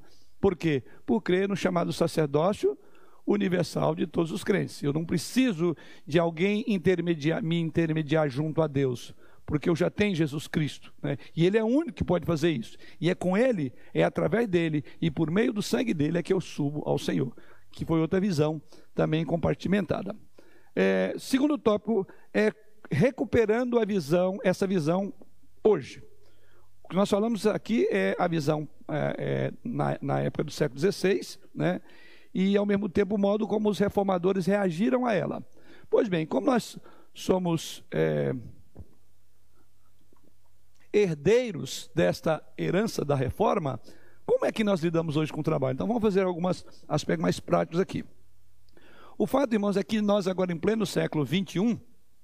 Por quê? Por crer no chamado sacerdócio universal de todos os crentes. Eu não preciso de alguém me intermediar junto a Deus, porque eu já tenho Jesus Cristo, né? E Ele é o único que pode fazer isso. E é com Ele, é através dEle e por meio do sangue dEle é que eu subo ao Senhor, que foi outra visão também compartimentada. Segundo tópico é recuperando essa visão hoje. O que nós falamos aqui é a visão na época do século XVI, né? E ao mesmo tempo o modo como os reformadores reagiram a ela. Pois bem, como nós somos herdeiros desta herança da reforma, como é que nós lidamos hoje com o trabalho? Então vamos fazer alguns aspectos mais práticos aqui. O fato, irmãos, é que nós agora em pleno século XXI,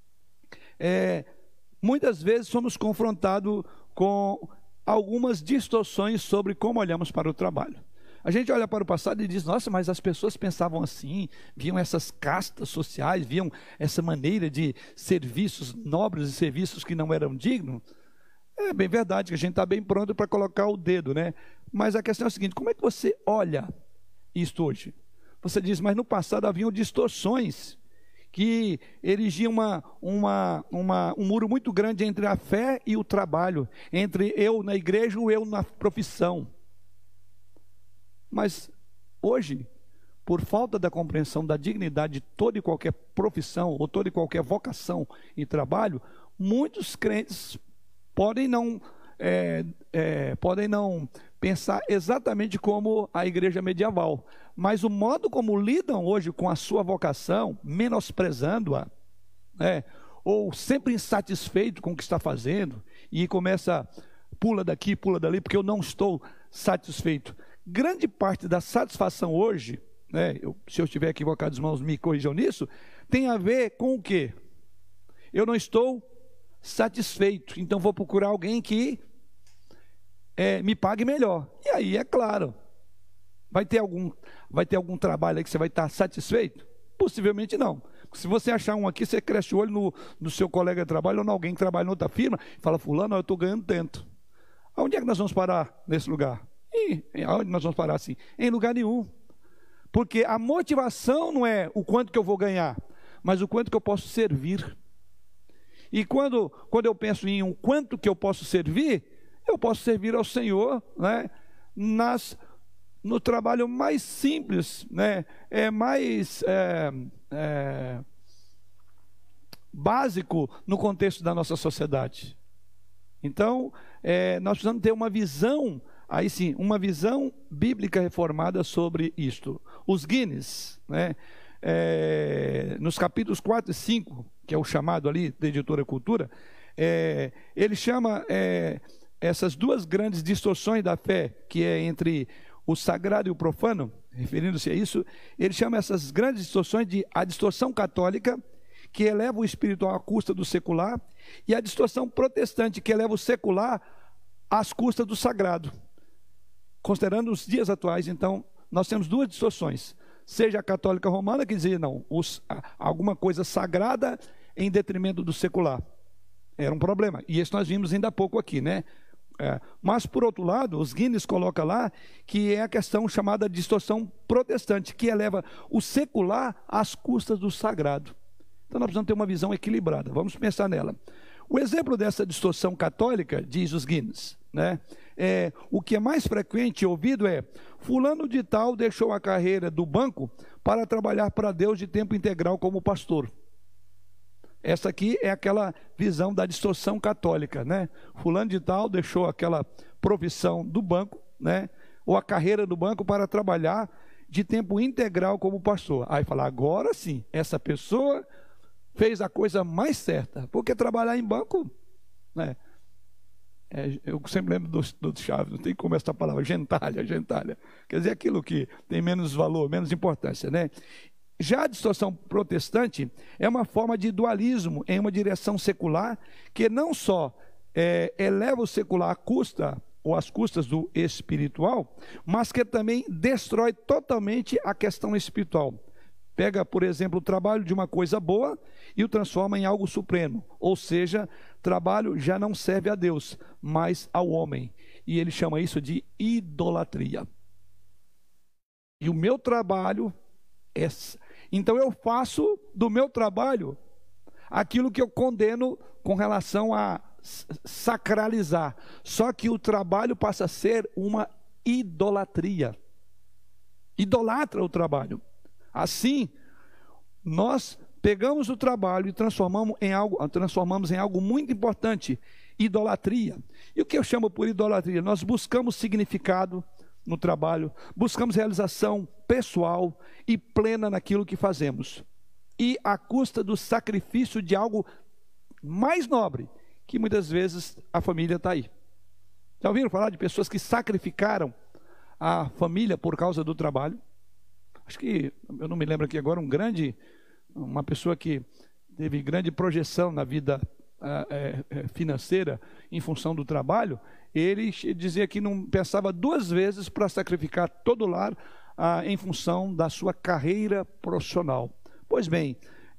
muitas vezes somos confrontados com algumas distorções sobre como olhamos para o trabalho. A gente olha para o passado e diz, nossa, mas as pessoas pensavam assim, viam essas castas sociais, viam essa maneira de serviços nobres e serviços que não eram dignos. É bem verdade que a gente está bem pronto para colocar o dedo, né? Mas a questão é a seguinte, como é que você olha isto hoje? Você diz, mas no passado haviam distorções que erigiam um muro muito grande entre a fé e o trabalho, entre eu na igreja e eu na profissão. Mas hoje, por falta da compreensão da dignidade de toda e qualquer profissão ou toda e qualquer vocação e trabalho, muitos crentes podem não pensar exatamente como a igreja medieval, mas o modo como lidam hoje com a sua vocação, menosprezando-a, ou sempre insatisfeito com o que está fazendo, e pula daqui, pula dali, porque eu não estou satisfeito. Grande parte da satisfação hoje, se eu estiver equivocado, os irmãos me corrijam nisso, tem a ver com o quê? Eu não estou satisfeito, então vou procurar alguém que me pague melhor. E aí, é claro, vai ter algum trabalho aí que você vai estar satisfeito? Possivelmente não. Se você achar um aqui, você cresce o olho no seu colega de trabalho ou em alguém que trabalha em outra firma, e fala, fulano, eu estou ganhando tanto. Aonde é que nós vamos parar nesse lugar? Aonde nós vamos parar assim? Em lugar nenhum. Porque a motivação não é o quanto que eu vou ganhar, mas o quanto que eu posso servir. E quando eu penso em o quanto que eu posso servir ao Senhor, né, no trabalho mais simples, né, mais básico no contexto da nossa sociedade. Então, nós precisamos ter uma visão, aí sim, uma visão bíblica reformada sobre isto. Os Guinness, né, nos capítulos 4 e 5, que é o chamado ali da editora Cultura, ele chama essas duas grandes distorções da fé, que é entre o sagrado e o profano, referindo-se a isso, ele chama essas grandes distorções de a distorção católica, que eleva o espiritual à custa do secular, e a distorção protestante, que eleva o secular às custas do sagrado. Considerando os dias atuais, então, nós temos duas distorções. Seja a católica romana, que dizia, não, alguma coisa sagrada em detrimento do secular. Era um problema. E isso nós vimos ainda há pouco aqui, né? Mas, por outro lado, os Guinness colocam lá que é a questão chamada distorção protestante, que eleva o secular às custas do sagrado. Então, nós precisamos ter uma visão equilibrada. Vamos pensar nela. O exemplo dessa distorção católica, diz os Guinness, né? O que é mais frequente ouvido é: fulano de tal deixou a carreira do banco para trabalhar para Deus de tempo integral como pastor. Essa aqui é aquela visão da distorção católica, né? Fulano de tal deixou aquela profissão do banco, né? Ou a carreira do banco para trabalhar de tempo integral como pastor. Aí fala, agora sim, essa pessoa fez a coisa mais certa, porque trabalhar em banco, né? Eu sempre lembro do Chaves, não tem como essa palavra, gentalha, quer dizer, aquilo que tem menos valor, menos importância, né? Já a distorção protestante é uma forma de dualismo em uma direção secular, que não só eleva o secular à custa, ou às custas do espiritual, mas que também destrói totalmente a questão espiritual. Pega, por exemplo, o trabalho de uma coisa boa e o transforma em algo supremo. Ou seja, trabalho já não serve a Deus, mas ao homem. E ele chama isso de idolatria. E o meu trabalho é... Então eu faço do meu trabalho aquilo que eu condeno com relação a sacralizar. Só que o trabalho passa a ser uma idolatria. Idolatra o trabalho. Assim, nós pegamos o trabalho e transformamos em algo muito importante, idolatria. E o que eu chamo por idolatria? Nós buscamos significado no trabalho, buscamos realização pessoal e plena naquilo que fazemos. E à custa do sacrifício de algo mais nobre, que muitas vezes a família está aí. Já ouviram falar de pessoas que sacrificaram a família por causa do trabalho? Acho que, eu não me lembro aqui agora, uma pessoa que teve grande projeção na vida financeira em função do trabalho, ele dizia que não pensava duas vezes para sacrificar todo o lar em função da sua carreira profissional. Pois bem,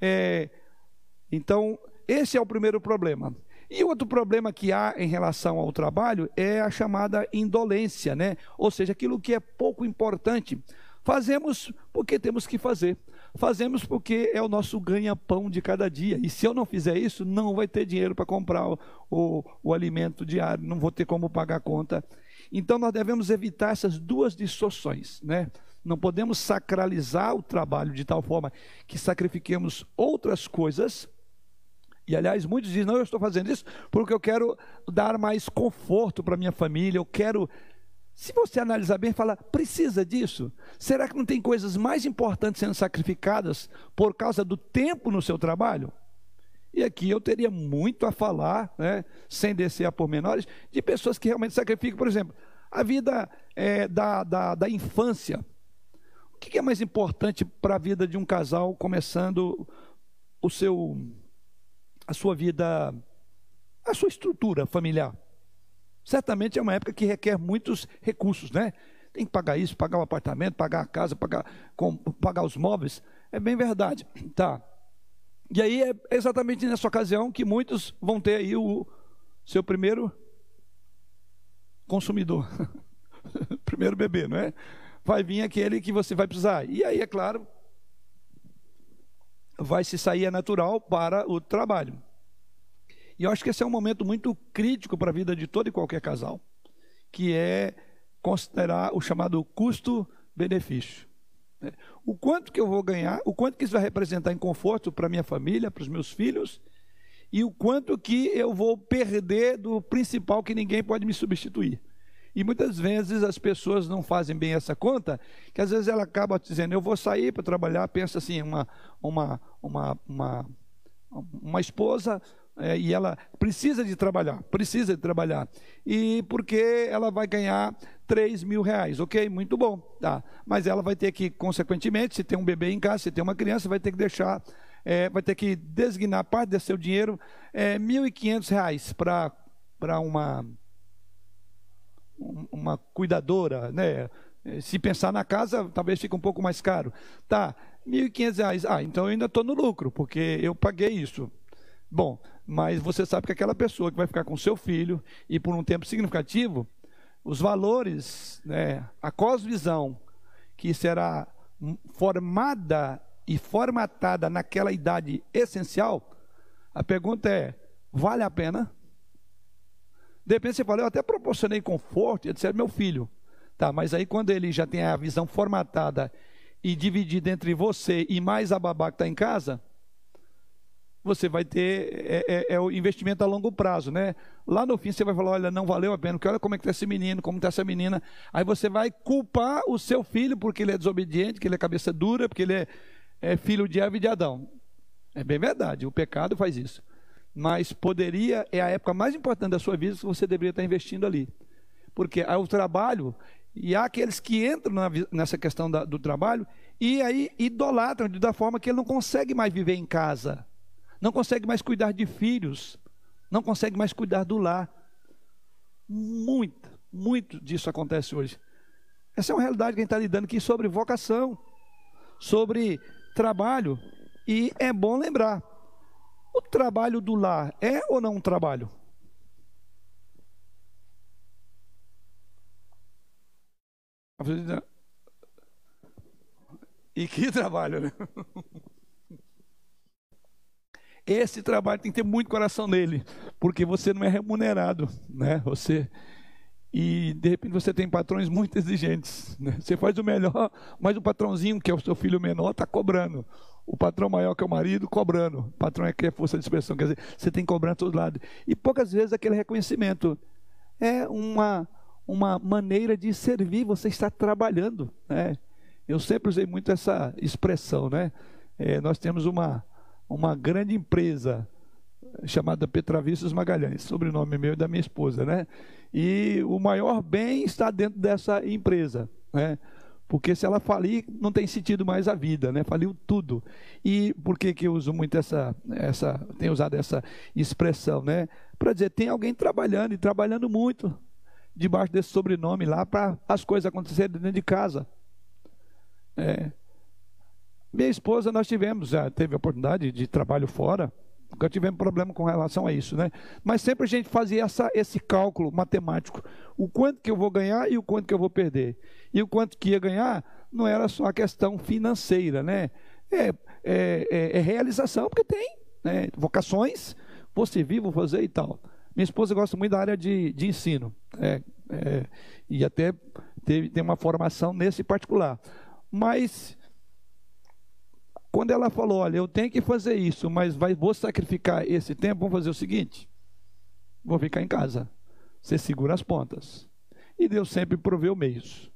então esse é o primeiro problema. E outro problema que há em relação ao trabalho é a chamada indolência, né? Ou seja, aquilo que é pouco importante. Fazemos porque temos que fazer. Fazemos porque é o nosso ganha-pão de cada dia. E se eu não fizer isso, não vai ter dinheiro para comprar o alimento diário, não vou ter como pagar a conta. Então nós devemos evitar essas duas distorções, né? Não podemos sacralizar o trabalho de tal forma que sacrifiquemos outras coisas. E aliás, muitos dizem, não, eu estou fazendo isso porque eu quero dar mais conforto para minha família, eu quero... Se você analisar bem, fala, precisa disso? Será que não tem coisas mais importantes sendo sacrificadas por causa do tempo no seu trabalho? E aqui eu teria muito a falar, né, sem descer a pormenores, de pessoas que realmente sacrificam, por exemplo, a vida da infância. O que é mais importante para a vida de um casal começando a sua vida, a sua estrutura familiar? Certamente é uma época que requer muitos recursos, né? Tem que pagar isso, pagar o apartamento, pagar a casa, pagar os móveis. É bem verdade, tá? E aí é exatamente nessa ocasião que muitos vão ter aí o seu primeiro consumidor, primeiro bebê, não é? Vai vir aquele que você vai precisar. E aí, é claro, vai se sair natural para o trabalho. E eu acho que esse é um momento muito crítico para a vida de todo e qualquer casal, que é considerar o chamado custo-benefício. O quanto que eu vou ganhar, o quanto que isso vai representar em conforto para a minha família, para os meus filhos, e o quanto que eu vou perder do principal que ninguém pode me substituir. E muitas vezes as pessoas não fazem bem essa conta, que às vezes ela acaba dizendo, eu vou sair para trabalhar, pensa assim, uma esposa... e ela precisa de trabalhar, e porque ela vai ganhar 3 mil reais, ok, muito bom, tá, mas ela vai ter que, consequentemente, se tem um bebê em casa, se tem uma criança, vai ter que deixar, vai ter que designar parte desse seu dinheiro, R$ 1.500 para uma cuidadora, né? Se pensar na casa, talvez fique um pouco mais caro, tá, R$ 1.500, então eu ainda estou no lucro, porque eu paguei isso. Bom, mas você sabe que aquela pessoa que vai ficar com seu filho e por um tempo significativo, os valores, né, a cosvisão que será formada e formatada naquela idade essencial, a pergunta é, vale a pena? De repente você fala, eu até proporcionei conforto, etc, meu filho. Tá, mas aí quando ele já tem a visão formatada e dividida entre você e mais a babá que está em casa, você vai ter o investimento a longo prazo, né? Lá no fim você vai falar, olha, não valeu a pena, porque olha como é que está esse menino, como está essa menina. Aí você vai culpar o seu filho porque ele é desobediente, que ele é cabeça dura, porque ele é filho de Eva e de Adão. É bem verdade, o pecado faz isso. Mas é a época mais importante da sua vida que você deveria estar investindo ali. Porque o trabalho, e há aqueles que entram nessa questão do trabalho, e aí idolatram da forma que ele não consegue mais viver em casa. Não consegue mais cuidar de filhos, não consegue mais cuidar do lar. Muito disso acontece hoje. Essa é uma realidade que a gente está lidando aqui sobre vocação, sobre trabalho. E é bom lembrar, o trabalho do lar é ou não um trabalho? E que trabalho, né? Esse trabalho tem que ter muito coração nele, porque você não é remunerado, né? E de repente você tem patrões muito exigentes, né? Você faz o melhor, mas o patrãozinho, que é o seu filho menor, está cobrando. O patrão maior, que é o marido, cobrando. O patrão é que é força de expressão, quer dizer, você tem que cobrar de todos os lados. E poucas vezes aquele reconhecimento é uma maneira de servir, você está trabalhando, né? Eu sempre usei muito essa expressão, né? Nós temos uma grande empresa chamada Petravistos Magalhães, sobrenome meu e da minha esposa, né? E o maior bem está dentro dessa empresa, né? Porque se ela falir, não tem sentido mais a vida, né? Faliu tudo. E por que eu uso muito tenho usado essa expressão, né? Para dizer, tem alguém trabalhando, e trabalhando muito, debaixo desse sobrenome lá, para as coisas acontecerem dentro de casa. Minha esposa, já teve a oportunidade de trabalho fora, nunca tivemos problema com relação a isso, né? Mas sempre a gente fazia esse cálculo matemático, o quanto que eu vou ganhar e o quanto que eu vou perder. E o quanto que ia ganhar não era só a questão financeira, né? É realização, porque tem, né? Vocações, vou servir, vou fazer e tal. Minha esposa gosta muito da área de ensino, e até tem uma formação nesse particular. Mas quando ela falou, olha, eu tenho que fazer isso, mas vou sacrificar esse tempo, vamos fazer o seguinte, vou ficar em casa, você segura as pontas. E Deus sempre proveu meios,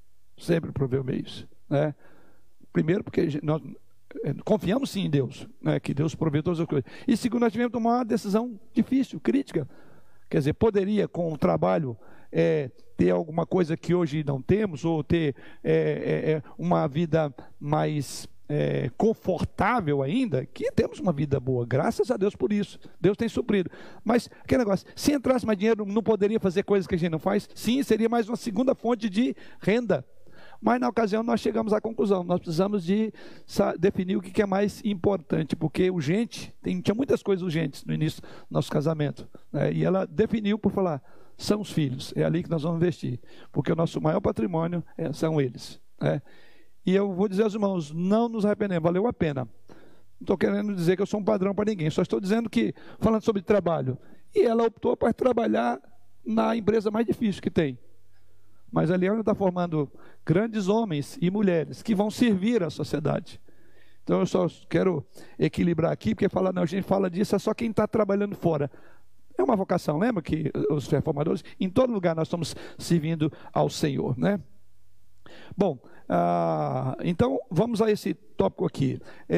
né? Primeiro porque nós confiamos sim em Deus, né? Que Deus provê todas as coisas. E segundo, nós tivemos que tomar uma decisão difícil, crítica. Quer dizer, poderia com o trabalho ter alguma coisa que hoje não temos, ou ter uma vida mais confortável ainda, que temos uma vida boa, graças a Deus por isso, Deus tem suprido. Mas aquele negócio, se entrasse mais dinheiro, não poderia fazer coisas que a gente não faz? Sim, seria mais uma segunda fonte de renda. Mas na ocasião nós chegamos à conclusão, nós precisamos de definir o que é mais importante, porque urgente, tinha muitas coisas urgentes no início do nosso casamento, né? E ela definiu por falar, são os filhos, é ali que nós vamos investir, porque o nosso maior patrimônio são eles, né? E eu vou dizer aos irmãos, não nos arrependemos, valeu a pena. Não estou querendo dizer que eu sou um padrão para ninguém, só estou dizendo que, falando sobre trabalho, e ela optou para trabalhar na empresa mais difícil que tem. Mas ali ela está formando grandes homens e mulheres que vão servir à sociedade. Então eu só quero equilibrar aqui, porque a gente fala disso, é só quem está trabalhando fora. É uma vocação, lembra que os reformadores, em todo lugar nós estamos servindo ao Senhor, né? Bom, então vamos a esse tópico aqui,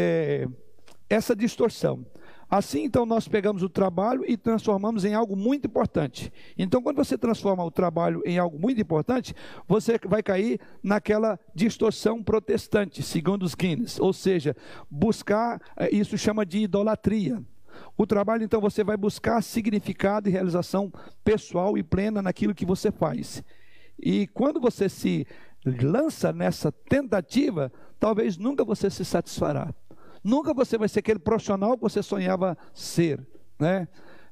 essa distorção. Assim, então, nós pegamos o trabalho e transformamos em algo muito importante. Então, quando você transforma o trabalho em algo muito importante, você vai cair naquela distorção protestante, segundo os Guinness, ou seja, buscar, isso chama de idolatria. O trabalho, então, você vai buscar significado e realização pessoal e plena naquilo que você faz. E quando você se lança nessa tentativa, talvez nunca você se satisfará. Nunca você vai ser aquele profissional que você sonhava ser, né?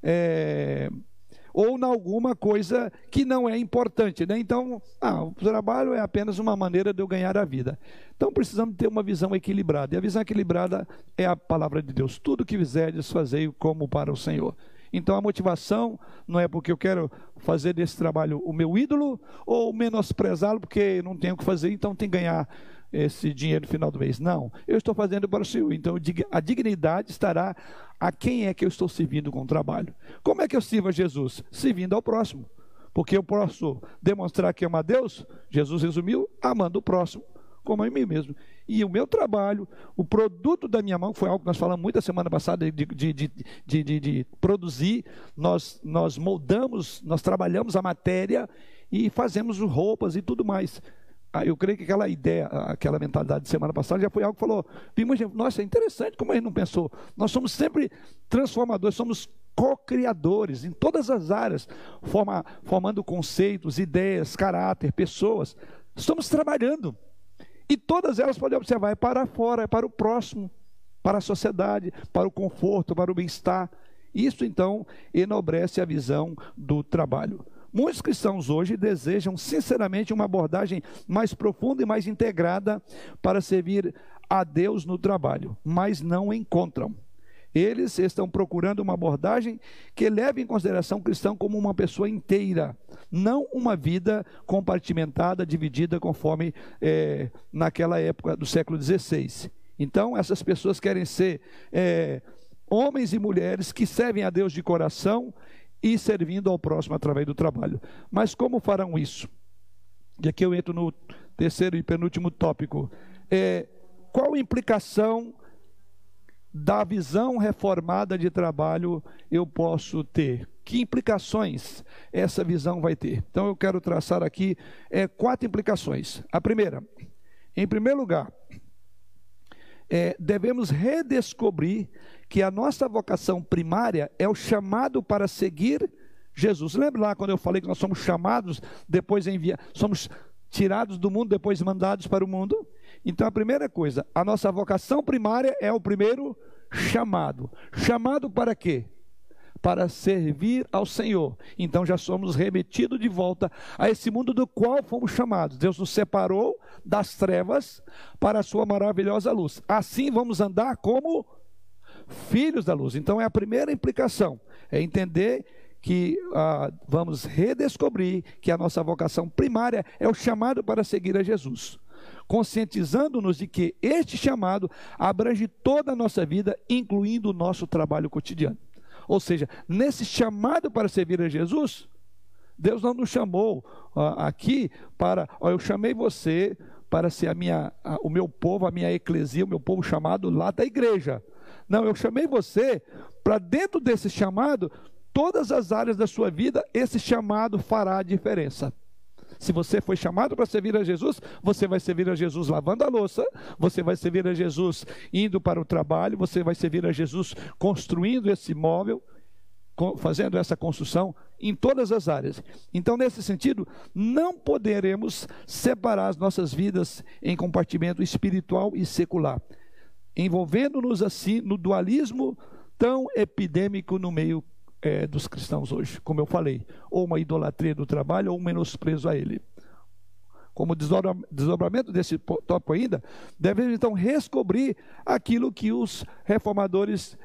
Ou em alguma coisa que não é importante, né? Então, o trabalho é apenas uma maneira de eu ganhar a vida. Então, precisamos ter uma visão equilibrada. E a visão equilibrada é a palavra de Deus. Tudo que fizerdes, fazei como para o Senhor. Então, a motivação não é porque eu quero fazer desse trabalho o meu ídolo, ou menosprezá-lo porque não tenho o que fazer, então tem que ganhar esse dinheiro no final do mês. Não, eu estou fazendo para o Senhor. Então a dignidade estará a quem é que eu estou servindo com o trabalho. Como é que eu sirvo a Jesus? Servindo ao próximo. Porque eu posso demonstrar que amo a Deus, Jesus resumiu, amando o próximo como a mim mesmo. E o meu trabalho, o produto da minha mão, foi algo que nós falamos muito a semana passada de produzir, nós moldamos, nós trabalhamos a matéria e fazemos roupas e tudo mais. Eu creio que aquela ideia, aquela mentalidade de semana passada já foi algo que falou, nossa, é interessante como a gente não pensou. Nós somos sempre transformadores, somos co-criadores em todas as áreas, formando conceitos, ideias, caráter, pessoas. Estamos trabalhando. E todas elas, podem observar, é para fora, é para o próximo, para a sociedade, para o conforto, para o bem-estar. Isso, então, enobrece a visão do trabalho. Muitos cristãos hoje desejam sinceramente uma abordagem mais profunda e mais integrada para servir a Deus no trabalho, mas não o encontram. Eles estão procurando uma abordagem que leve em consideração o cristão como uma pessoa inteira, não uma vida compartimentada, dividida conforme naquela época do século XVI. Então, essas pessoas querem ser homens e mulheres que servem a Deus de coração e servindo ao próximo através do trabalho. Mas como farão isso? E aqui eu entro no terceiro e penúltimo tópico. Qual a implicação da visão reformada de trabalho eu posso ter? Que implicações essa visão vai ter? Então eu quero traçar aqui 4 implicações. A primeira, em primeiro lugar, devemos redescobrir que a nossa vocação primária é o chamado para seguir Jesus. Lembra lá quando eu falei que nós somos chamados, depois somos tirados do mundo, depois mandados para o mundo? Então a primeira coisa, a nossa vocação primária é o primeiro chamado. Chamado para quê? Para servir ao Senhor. Então já somos remetidos de volta a esse mundo do qual fomos chamados. Deus nos separou das trevas para a sua maravilhosa luz. Assim vamos andar como filhos da luz. Então é a primeira implicação, é entender que vamos redescobrir que a nossa vocação primária é o chamado para seguir a Jesus, conscientizando-nos de que este chamado abrange toda a nossa vida, incluindo o nosso trabalho cotidiano. Ou seja, nesse chamado para servir a Jesus, Deus não nos chamou aqui para, eu chamei você para ser o meu povo, a minha eclesia, o meu povo chamado lá da igreja. Não, eu chamei você para dentro desse chamado, todas as áreas da sua vida, esse chamado fará a diferença. Se você foi chamado para servir a Jesus, você vai servir a Jesus lavando a louça, você vai servir a Jesus indo para o trabalho, você vai servir a Jesus construindo esse imóvel, fazendo essa construção em todas as áreas. Então, nesse sentido, não poderemos separar as nossas vidas em compartimento espiritual e secular, envolvendo-nos assim no dualismo tão epidêmico no meio dos cristãos hoje, como eu falei, ou uma idolatria do trabalho ou um menosprezo a ele. Como desdobramento desse tópico ainda, devemos então redescobrir aquilo que os reformadores,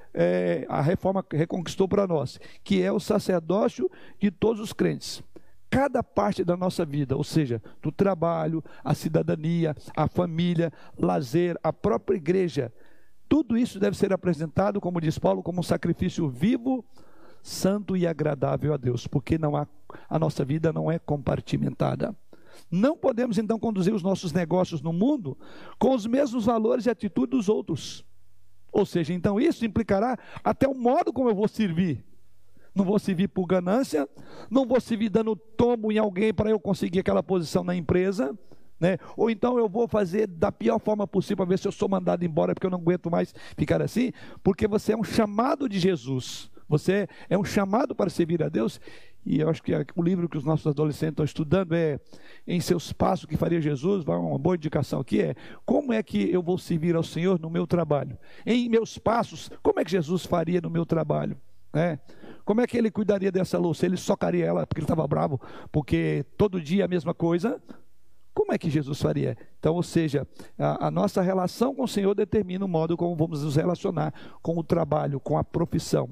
a reforma reconquistou para nós, que é o sacerdócio de todos os crentes. Cada parte da nossa vida, ou seja, do trabalho, a cidadania, a família, lazer, a própria igreja, tudo isso deve ser apresentado, como diz Paulo, como um sacrifício vivo, santo e agradável a Deus, porque a nossa vida não é compartimentada. Não podemos então conduzir os nossos negócios no mundo com os mesmos valores e atitudes dos outros. Ou seja, então isso implicará até o modo como eu vou servir. Não vou servir por ganância, não vou servir dando tombo em alguém para eu conseguir aquela posição na empresa, né? Ou então eu vou fazer da pior forma possível para ver se eu sou mandado embora porque eu não aguento mais ficar assim, porque você é um chamado de Jesus. Você é um chamado para servir a Deus, e eu acho que o livro que os nossos adolescentes estão estudando é Em Seus Passos, que faria Jesus. Uma boa indicação aqui é como é que eu vou servir ao Senhor no meu trabalho. Em meus passos, como é que Jesus faria no meu trabalho? Como é que ele cuidaria dessa louça? Ele socaria ela porque ele estava bravo, porque todo dia a mesma coisa? Como é que Jesus faria? Então, ou seja, a nossa relação com o Senhor determina o modo como vamos nos relacionar com o trabalho, com a profissão.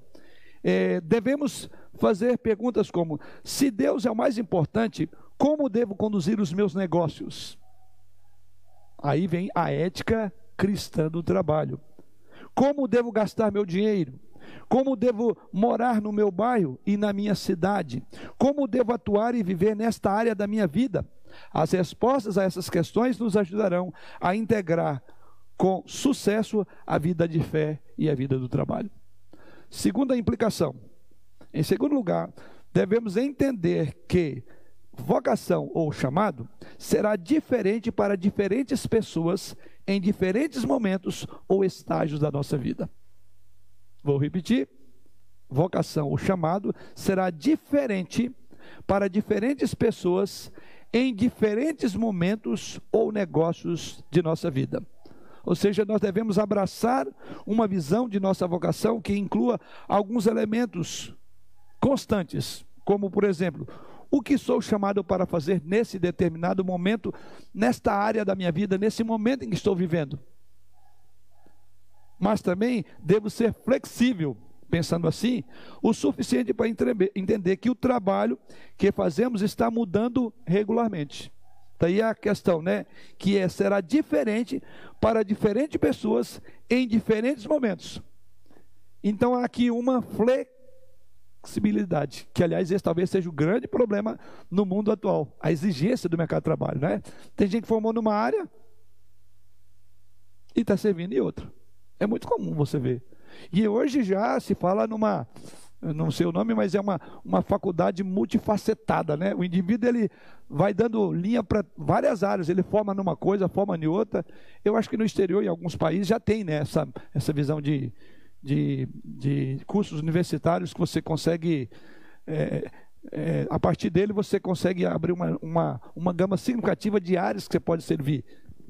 Devemos fazer perguntas como: se Deus é o mais importante, como devo conduzir os meus negócios? Aí vem a ética cristã do trabalho. Como devo gastar meu dinheiro? Como devo morar no meu bairro e na minha cidade? Como devo atuar e viver nesta área da minha vida? As respostas a essas questões nos ajudarão a integrar com sucesso a vida de fé e a vida do trabalho. Segunda implicação. Em segundo lugar, devemos entender que vocação ou chamado será diferente para diferentes pessoas em diferentes momentos ou estágios da nossa vida. Vou repetir. Vocação ou chamado será diferente para diferentes pessoas em diferentes momentos ou negócios de nossa vida. Ou seja, nós devemos abraçar uma visão de nossa vocação que inclua alguns elementos constantes, como, por exemplo, o que sou chamado para fazer nesse determinado momento, nesta área da minha vida, nesse momento em que estou vivendo. mas também devo ser flexível, pensando assim, o suficiente para entender que o trabalho que fazemos está mudando regularmente. Daí a questão, né? Que será diferente para diferentes pessoas em diferentes momentos. Então há aqui uma flexibilidade, que aliás esse talvez seja o grande problema no mundo atual, a exigência do mercado de trabalho, né? Tem gente que formou numa área e está servindo em outra. É muito comum você ver. E hoje já se fala numa, eu não sei o nome, mas é uma faculdade multifacetada, né? O indivíduo ele vai dando linha para várias áreas, ele forma numa coisa, forma em outra. Eu acho que no exterior, em alguns países, já tem, né, essa visão de cursos universitários que você consegue, a partir dele você consegue abrir uma gama significativa de áreas que você pode servir.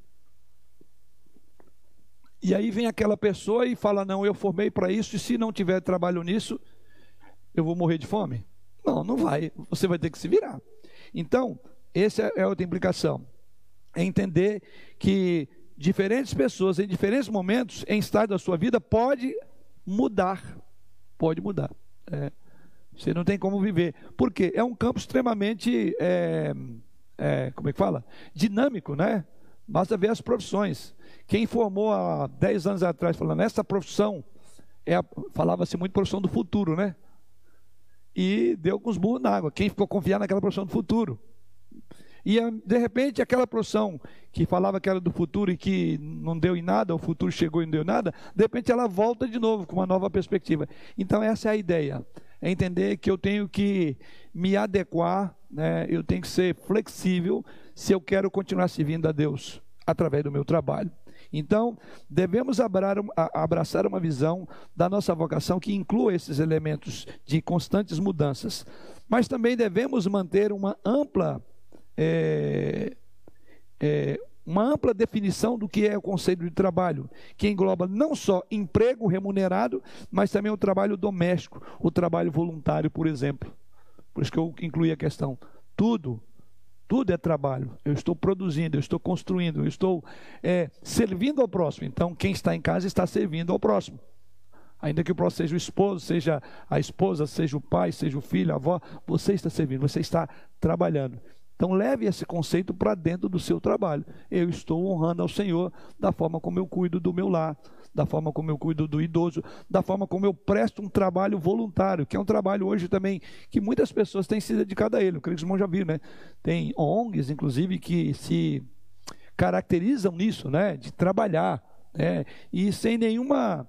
E aí vem aquela pessoa e fala, não, eu formei para isso, e se não tiver trabalho nisso, eu vou morrer de fome? Não, não vai, você vai ter que se virar. Então, essa é outra implicação, é entender que diferentes pessoas, em diferentes momentos, em estágio da sua vida, pode mudar. Você não tem como viver, porque é um campo extremamente, como é que fala? Dinâmico, né? Basta ver as profissões. Quem formou há 10 anos atrás, falando, essa profissão, falava-se muito profissão do futuro, né? E deu com os burros na água. Quem ficou confiado naquela profissão do futuro? E de repente aquela profissão que falava que era do futuro e que não deu em nada, o futuro chegou e não deu nada, de repente ela volta de novo com uma nova perspectiva. Então essa é a ideia, é entender que eu tenho que me adequar, né? Eu tenho que ser flexível se eu quero continuar servindo a Deus através do meu trabalho. Então, devemos abraçar uma visão da nossa vocação que inclua esses elementos de constantes mudanças, mas também devemos manter uma ampla definição do que é o conceito de trabalho, que engloba não só emprego remunerado, mas também o trabalho doméstico, o trabalho voluntário, por exemplo. Por isso que eu incluí a questão. Tudo é trabalho. Eu estou produzindo, eu estou construindo, eu estou servindo ao próximo. Então, quem está em casa está servindo ao próximo. Ainda que o próximo seja o esposo, seja a esposa, seja o pai, seja o filho, a avó, você está servindo, você está trabalhando. Então, leve esse conceito para dentro do seu trabalho. Eu estou honrando ao Senhor da forma como eu cuido do meu lar, da forma como eu cuido do idoso, da forma como eu presto um trabalho voluntário, que é um trabalho hoje também que muitas pessoas têm se dedicado a ele. Eu creio que os irmãos já viram, né? Tem ONGs, inclusive, que se caracterizam nisso, né? De trabalhar, né? E sem nenhuma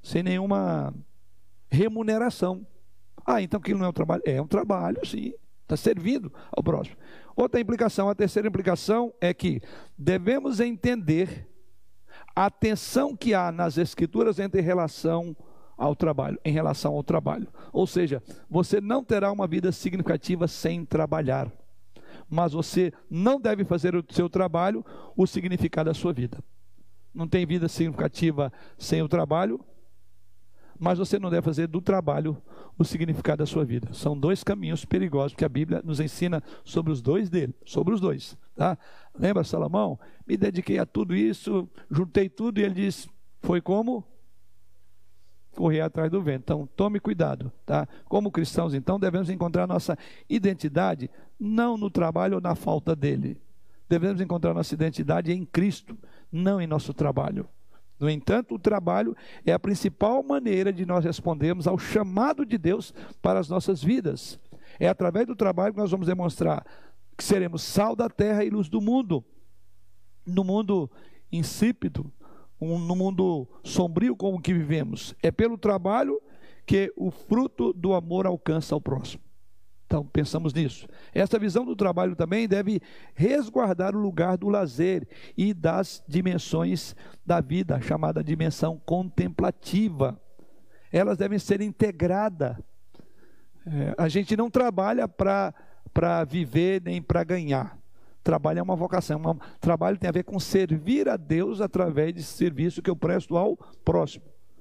remuneração. Então aquilo não é um trabalho? É um trabalho, sim. Está servindo ao próximo. Outra implicação, a terceira implicação é que devemos entender a tensão que há nas Escrituras em relação ao trabalho. Ou seja, você não terá uma vida significativa sem trabalhar, mas você não deve fazer o seu trabalho o significado da sua vida. Não tem vida significativa sem o trabalho, mas você não deve fazer do trabalho o significado da sua vida. São dois caminhos perigosos que a Bíblia nos ensina sobre os dois, tá? Lembra Salomão? Me dediquei a tudo isso, juntei tudo, e ele diz, foi como correr atrás do vento. Então, tome cuidado, tá? Como cristãos, então, devemos encontrar nossa identidade não no trabalho ou na falta dele. Devemos encontrar nossa identidade em Cristo, não em nosso trabalho. No entanto, o trabalho é a principal maneira de nós respondermos ao chamado de Deus para as nossas vidas. É através do trabalho que nós vamos demonstrar que seremos sal da terra e luz do mundo. No mundo insípido, no mundo sombrio como que vivemos. É pelo trabalho que o fruto do amor alcança ao próximo. Então, pensamos nisso. Essa visão do trabalho também deve resguardar o lugar do lazer e das dimensões da vida, chamada dimensão contemplativa. Elas devem ser integradas. A gente não trabalha para viver nem para ganhar. Trabalho é uma vocação. Trabalho tem a ver com servir a Deus através de serviço que eu presto ao próximo.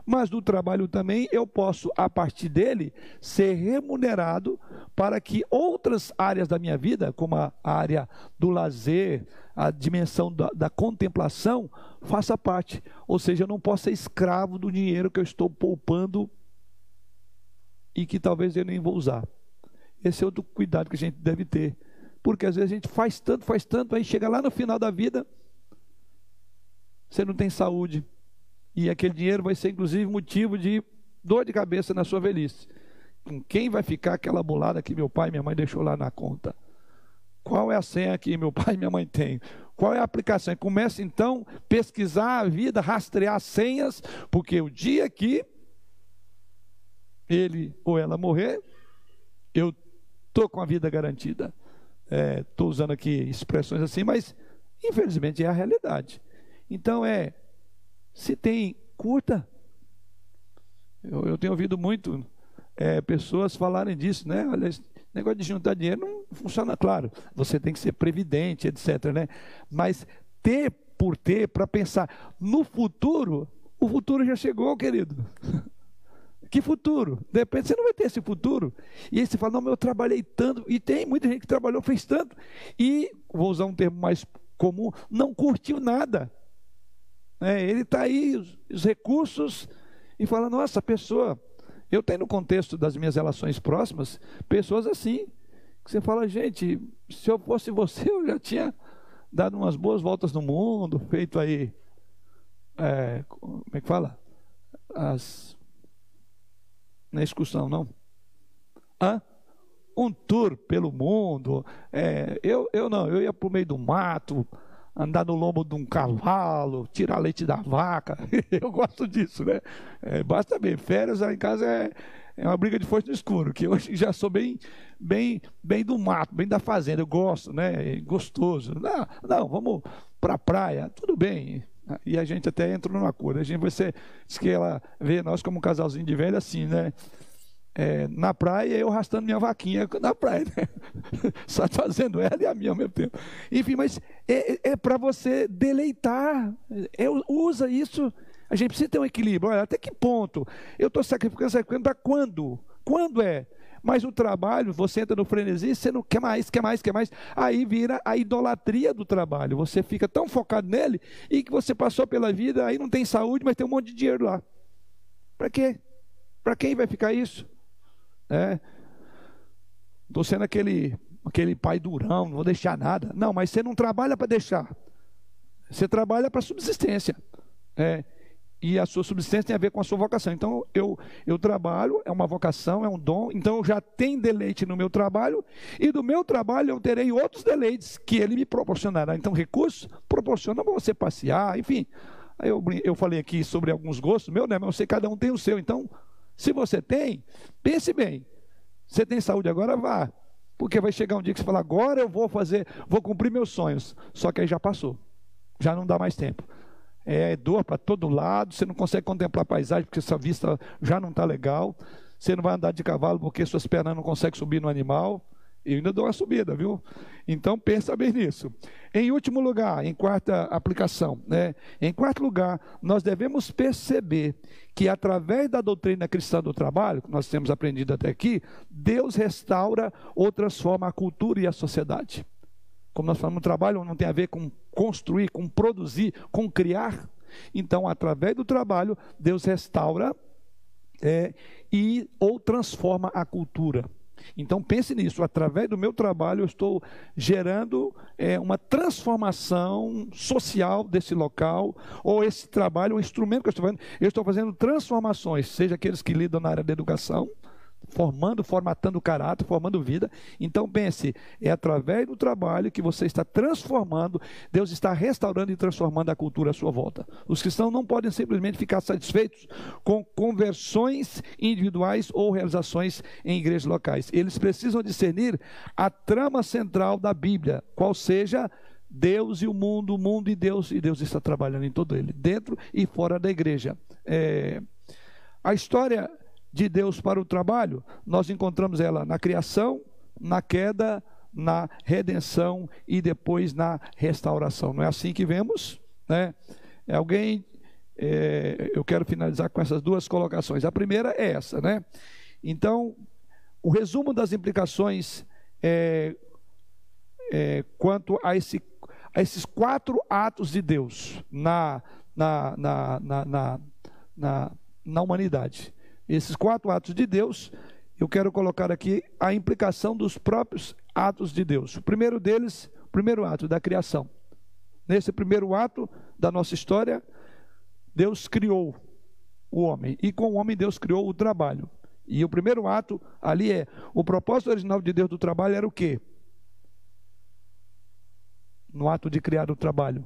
mas do trabalho também eu posso, a partir dele, ser remunerado para que outras áreas da minha vida, como a área do lazer, a dimensão da contemplação, faça parte. Ou seja, eu não posso ser escravo do dinheiro que eu estou poupando e que talvez eu nem vou usar. Esse é outro cuidado que a gente deve ter. Porque às vezes a gente faz tanto, aí chega lá no final da vida, você não tem saúde. E aquele dinheiro vai ser inclusive motivo de dor de cabeça na sua velhice. Com quem vai ficar aquela bolada que meu pai e minha mãe deixou lá na conta? Qual é a senha que meu pai e minha mãe têm? Qual é a aplicação? E começa então a pesquisar a vida, rastrear as senhas, porque o dia que ele ou ela morrer, eu estou com a vida garantida. Estou usando aqui expressões assim, mas infelizmente é a realidade. Então se tem, curta. Eu tenho ouvido muito pessoas falarem disso, né? Olha, esse negócio de juntar dinheiro não funciona, claro. Você tem que ser previdente, etc, né? Mas ter por ter, para pensar no futuro, o futuro já chegou, querido. Que futuro? De repente você não vai ter esse futuro. E aí você fala, não, mas eu trabalhei tanto. E tem muita gente que trabalhou, fez tanto. E, vou usar um termo mais comum, não curtiu nada. Ele está aí, os recursos, e fala, nossa, pessoa... Eu tenho no contexto das minhas relações próximas, pessoas assim, que você fala, gente, se eu fosse você, eu já tinha dado umas boas voltas no mundo, feito aí, como é que fala? Não é excursão, não? Um tour pelo mundo. Eu não, eu ia para o meio do mato, andar no lombo de um cavalo, tirar leite da vaca. Eu gosto disso, né? Basta bem, férias lá em casa é uma briga de foice no escuro, que hoje já sou bem do mato, bem da fazenda, eu gosto, né? Gostoso. Não, vamos para a praia, tudo bem. E a gente até entrou num acordo. A gente diz que ela vê nós como um casalzinho de velho assim, né? Na praia, eu arrastando minha vaquinha na praia, né? Satisfazendo ela e a minha ao mesmo tempo. Enfim, mas é para você deleitar. Usa isso. A gente precisa ter um equilíbrio. Olha, até que ponto? Eu estou sacrificando para quando? Quando é? Mas o trabalho, você entra no frenesi, você não quer mais. Aí vira a idolatria do trabalho. Você fica tão focado nele e que você passou pela vida, aí não tem saúde, mas tem um monte de dinheiro lá. Para quê? Para quem vai ficar isso? Estou sendo aquele pai durão, não vou deixar nada. Não, mas você não trabalha para deixar. Você trabalha para subsistência. E a sua subsistência tem a ver com a sua vocação. Então, eu trabalho, é uma vocação, é um dom. Então, eu já tenho deleite no meu trabalho. E do meu trabalho, eu terei outros deleites que ele me proporcionará. Então, recursos proporcionam para você passear, enfim. Aí eu falei aqui sobre alguns gostos meus, né? Mas eu sei que cada um tem o seu. Então, se você tem, pense bem. Você tem saúde agora, vá. Porque vai chegar um dia que você fala, agora eu vou cumprir meus sonhos. Só que aí já passou. Já não dá mais tempo. Dor para todo lado, você não consegue contemplar a paisagem porque sua vista já não está legal. Você não vai andar de cavalo porque suas pernas não conseguem subir no animal. Eu ainda dou uma subida, viu? Então pensa bem nisso. Em último lugar, em quarta aplicação, em quarto lugar, nós devemos perceber que através da doutrina cristã do trabalho, que nós temos aprendido até aqui, Deus restaura ou transforma a cultura e a sociedade. Como nós falamos, o trabalho não tem a ver com construir, com produzir, com criar. Então, através do trabalho, Deus restaura ou transforma a cultura. Então pense nisso, através do meu trabalho eu estou gerando uma transformação social desse local, ou esse trabalho, o instrumento que eu estou fazendo transformações, seja aqueles que lidam na área da educação, formatando o caráter, formando vida. Então pense, é através do trabalho que você está transformando, Deus está restaurando e transformando a cultura à sua volta. Os cristãos não podem simplesmente ficar satisfeitos com conversões individuais ou realizações em igrejas locais. Eles precisam discernir a trama central da Bíblia, qual seja Deus e o mundo e Deus está trabalhando em todo ele, dentro e fora da igreja. A história de Deus para o trabalho, nós encontramos ela na criação, na queda, na redenção e depois na restauração. Não é assim que vemos, né? Alguém eu quero finalizar com essas duas colocações. A primeira é essa, né? Então, o resumo das implicações quanto a esses 4 atos de Deus na humanidade. Esses 4 atos de Deus, eu quero colocar aqui a implicação dos próprios atos de Deus. O primeiro deles, o primeiro ato da criação. Nesse primeiro ato da nossa história, Deus criou o homem, e com o homem Deus criou o trabalho. E o primeiro ato ali o propósito original de Deus do trabalho era o quê? No ato de criar o trabalho.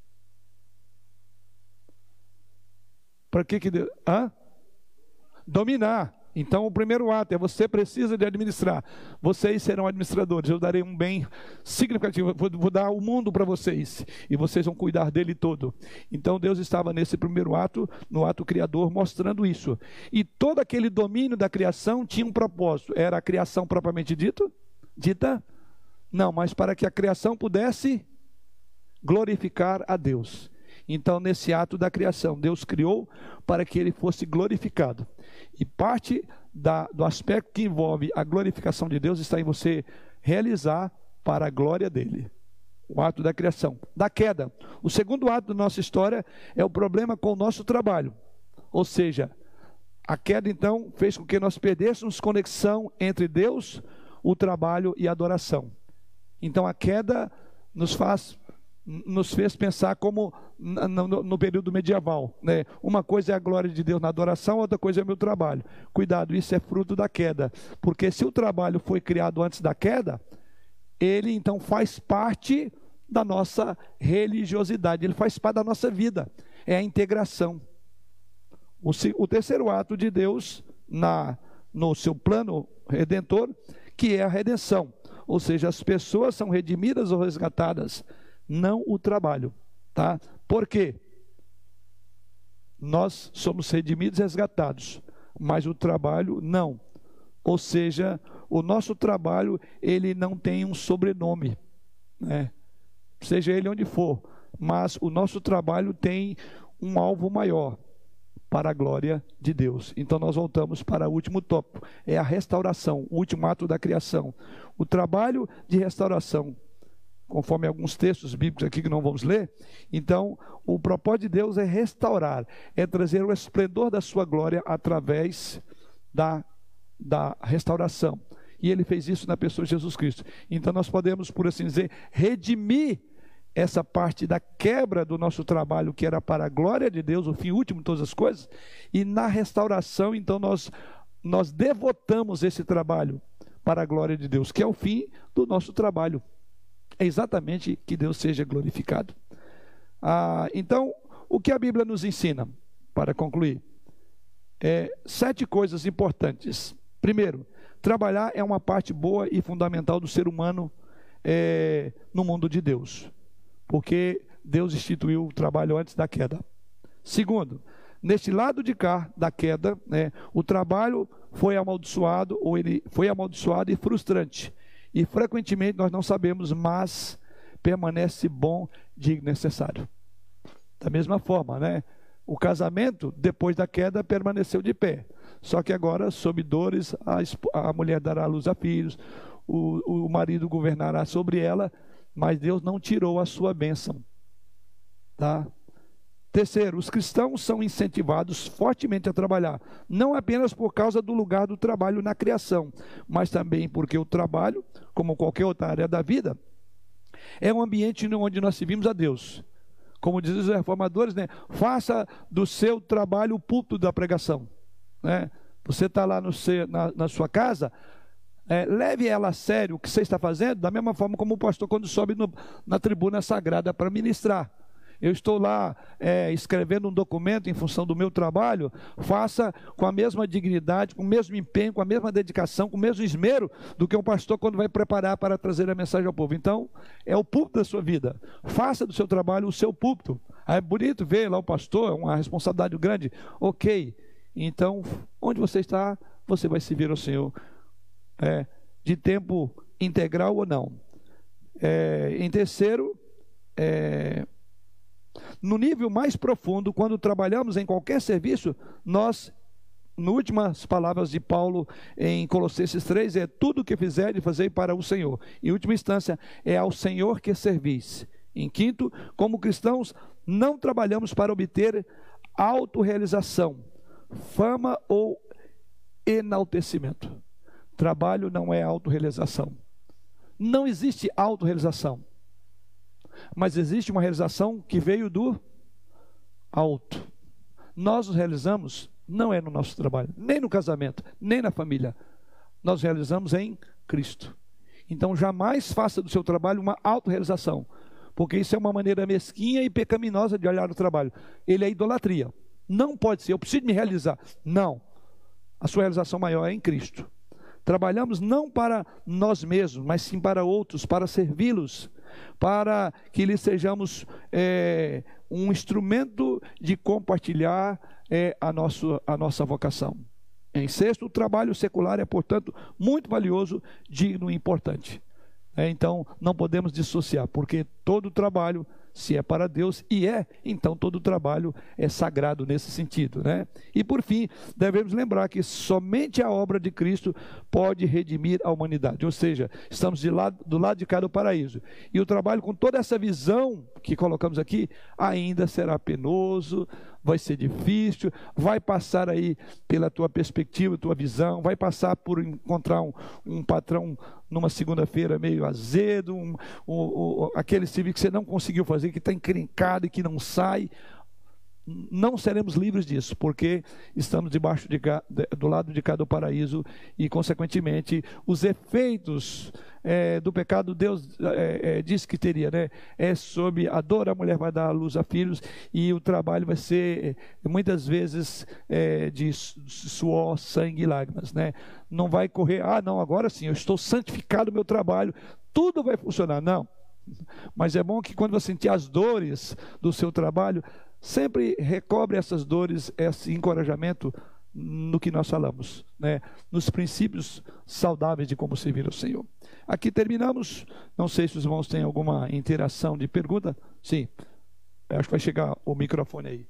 Para que Deus... Dominar. Então o primeiro ato você precisa de administrar. Vocês serão administradores. Eu darei um bem significativo. Vou dar o mundo para vocês. E vocês vão cuidar dele todo. Então Deus estava nesse primeiro ato, no ato criador, mostrando isso. E todo aquele domínio da criação tinha um propósito. Era a criação propriamente dita? Não, mas para que a criação pudesse glorificar a Deus. Então, nesse ato da criação, Deus criou para que ele fosse glorificado. E parte do aspecto que envolve a glorificação de Deus está em você realizar para a glória dele. O ato da criação. Da queda. O segundo ato da nossa história é o problema com o nosso trabalho. Ou seja, a queda então fez com que nós perdêssemos conexão entre Deus, o trabalho e a adoração. Então a queda nos fez pensar como no período medieval, né? Uma coisa é a glória de Deus na adoração, outra coisa é o meu trabalho. Cuidado, isso é fruto da queda, porque se o trabalho foi criado antes da queda, ele então faz parte da nossa religiosidade, ele faz parte da nossa vida, é a integração. O terceiro ato de Deus no seu plano redentor, que é a redenção, ou seja, as pessoas são redimidas ou resgatadas, não o trabalho, tá? Por quê? Nós somos redimidos e resgatados, mas o trabalho não. Ou seja, o nosso trabalho, ele não tem um sobrenome, né? Seja ele onde for, mas o nosso trabalho tem um alvo maior, para a glória de Deus. Então nós voltamos para o último tópico, é a restauração, o último ato da criação. O trabalho de restauração, conforme alguns textos bíblicos aqui que não vamos ler. Então, o propósito de Deus é restaurar, é trazer o esplendor da sua glória através da restauração. E ele fez isso na pessoa de Jesus Cristo. Então nós podemos, por assim dizer, redimir essa parte da quebra do nosso trabalho, que era para a glória de Deus, o fim último de todas as coisas, e na restauração, então nós devotamos esse trabalho para a glória de Deus, que é o fim do nosso trabalho. É exatamente que Deus seja glorificado. Então, o que a Bíblia nos ensina, para concluir, 7 coisas importantes. Primeiro, trabalhar é uma parte boa e fundamental do ser humano no mundo de Deus, porque Deus instituiu o trabalho antes da queda. Segundo, neste lado de cá da queda, o trabalho foi amaldiçoado, ou ele foi amaldiçoado e frustrante. E frequentemente nós não sabemos, mas permanece bom, digno e necessário. Da mesma forma, o casamento, depois da queda, permaneceu de pé. Só que agora, sob dores, a mulher dará à luz a filhos, o marido governará sobre ela, mas Deus não tirou a sua bênção. Tá? Terceiro, os cristãos são incentivados fortemente a trabalhar, não apenas por causa do lugar do trabalho na criação, mas também porque o trabalho, como qualquer outra área da vida, é um ambiente onde nós servimos a Deus. Como dizem os reformadores, faça do seu trabalho o púlpito da pregação. Você está lá na sua casa, leve ela a sério o que você está fazendo, da mesma forma como o pastor quando sobe na tribuna sagrada para ministrar. Eu estou lá escrevendo um documento em função do meu trabalho, faça com a mesma dignidade, com o mesmo empenho, com a mesma dedicação, com o mesmo esmero do que um pastor quando vai preparar para trazer a mensagem ao povo. Então, é o púlpito da sua vida. Faça do seu trabalho o seu púlpito. É bonito ver lá o pastor, é uma responsabilidade grande. Ok, então, onde você está, você vai servir ao Senhor. De tempo integral ou não. Em terceiro, No nível mais profundo, quando trabalhamos em qualquer serviço, nós, nas últimas palavras de Paulo em Colossenses 3, é tudo o que fizerem, fazei para o Senhor. Em última instância, é ao Senhor que servis. Em quinto, como cristãos, não trabalhamos para obter autorrealização, fama ou enaltecimento. Trabalho não é autorrealização. Não existe autorrealização. Mas existe uma realização que veio do alto. Nós nos realizamos, não é no nosso trabalho, nem no casamento, nem na família. Nós realizamos em Cristo. Então jamais faça do seu trabalho uma autorrealização, porque isso é uma maneira mesquinha e pecaminosa de olhar o trabalho. Ele é idolatria. Não pode ser, eu preciso me realizar. Não. A sua realização maior é em Cristo. Trabalhamos não para nós mesmos, mas sim para outros, para servi-los, para que lhes sejamos um instrumento de compartilhar a nossa vocação. Em sexto, o trabalho secular é, portanto, muito valioso, digno e importante. Então, não podemos dissociar, porque todo trabalho, se é para Deus, então todo trabalho é sagrado nesse sentido, né? E por fim, devemos lembrar que somente a obra de Cristo pode redimir a humanidade, ou seja, estamos do lado de cá do paraíso, e o trabalho com toda essa visão que colocamos aqui, ainda será penoso, vai ser difícil, vai passar aí pela tua perspectiva, tua visão, vai passar por encontrar um patrão numa segunda-feira meio azedo, aquele serviço que você não conseguiu fazer, que está encrencado e que não sai. Não seremos livres disso, porque estamos do lado de cá do paraíso e, consequentemente, os efeitos do pecado, Deus disse que teria, né? Sob a dor a mulher vai dar à luz a filhos, e o trabalho vai ser, muitas vezes, de suor, sangue e lágrimas, né? Não vai correr, não, agora sim, eu estou santificado no meu trabalho, tudo vai funcionar. Não. Mas é bom que quando você sentir as dores do seu trabalho, sempre recobre essas dores, esse encorajamento no que nós falamos, né? Nos princípios saudáveis de como servir ao Senhor. Aqui terminamos. Não sei se os irmãos têm alguma interação de pergunta. Sim, acho que vai chegar o microfone aí.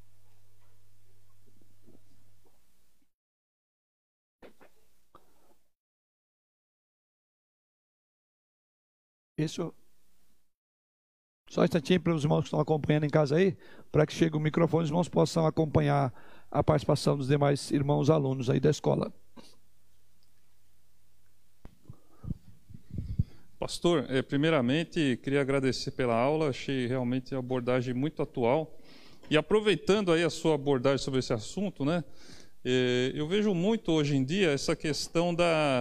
Isso. Só um instantinho para os irmãos que estão acompanhando em casa aí, para que chegue o microfone, os irmãos possam acompanhar a participação dos demais irmãos alunos aí da escola. Pastor, primeiramente, queria agradecer pela aula, achei realmente a abordagem muito atual. E aproveitando aí a sua abordagem sobre esse assunto, né, eu vejo muito hoje em dia essa questão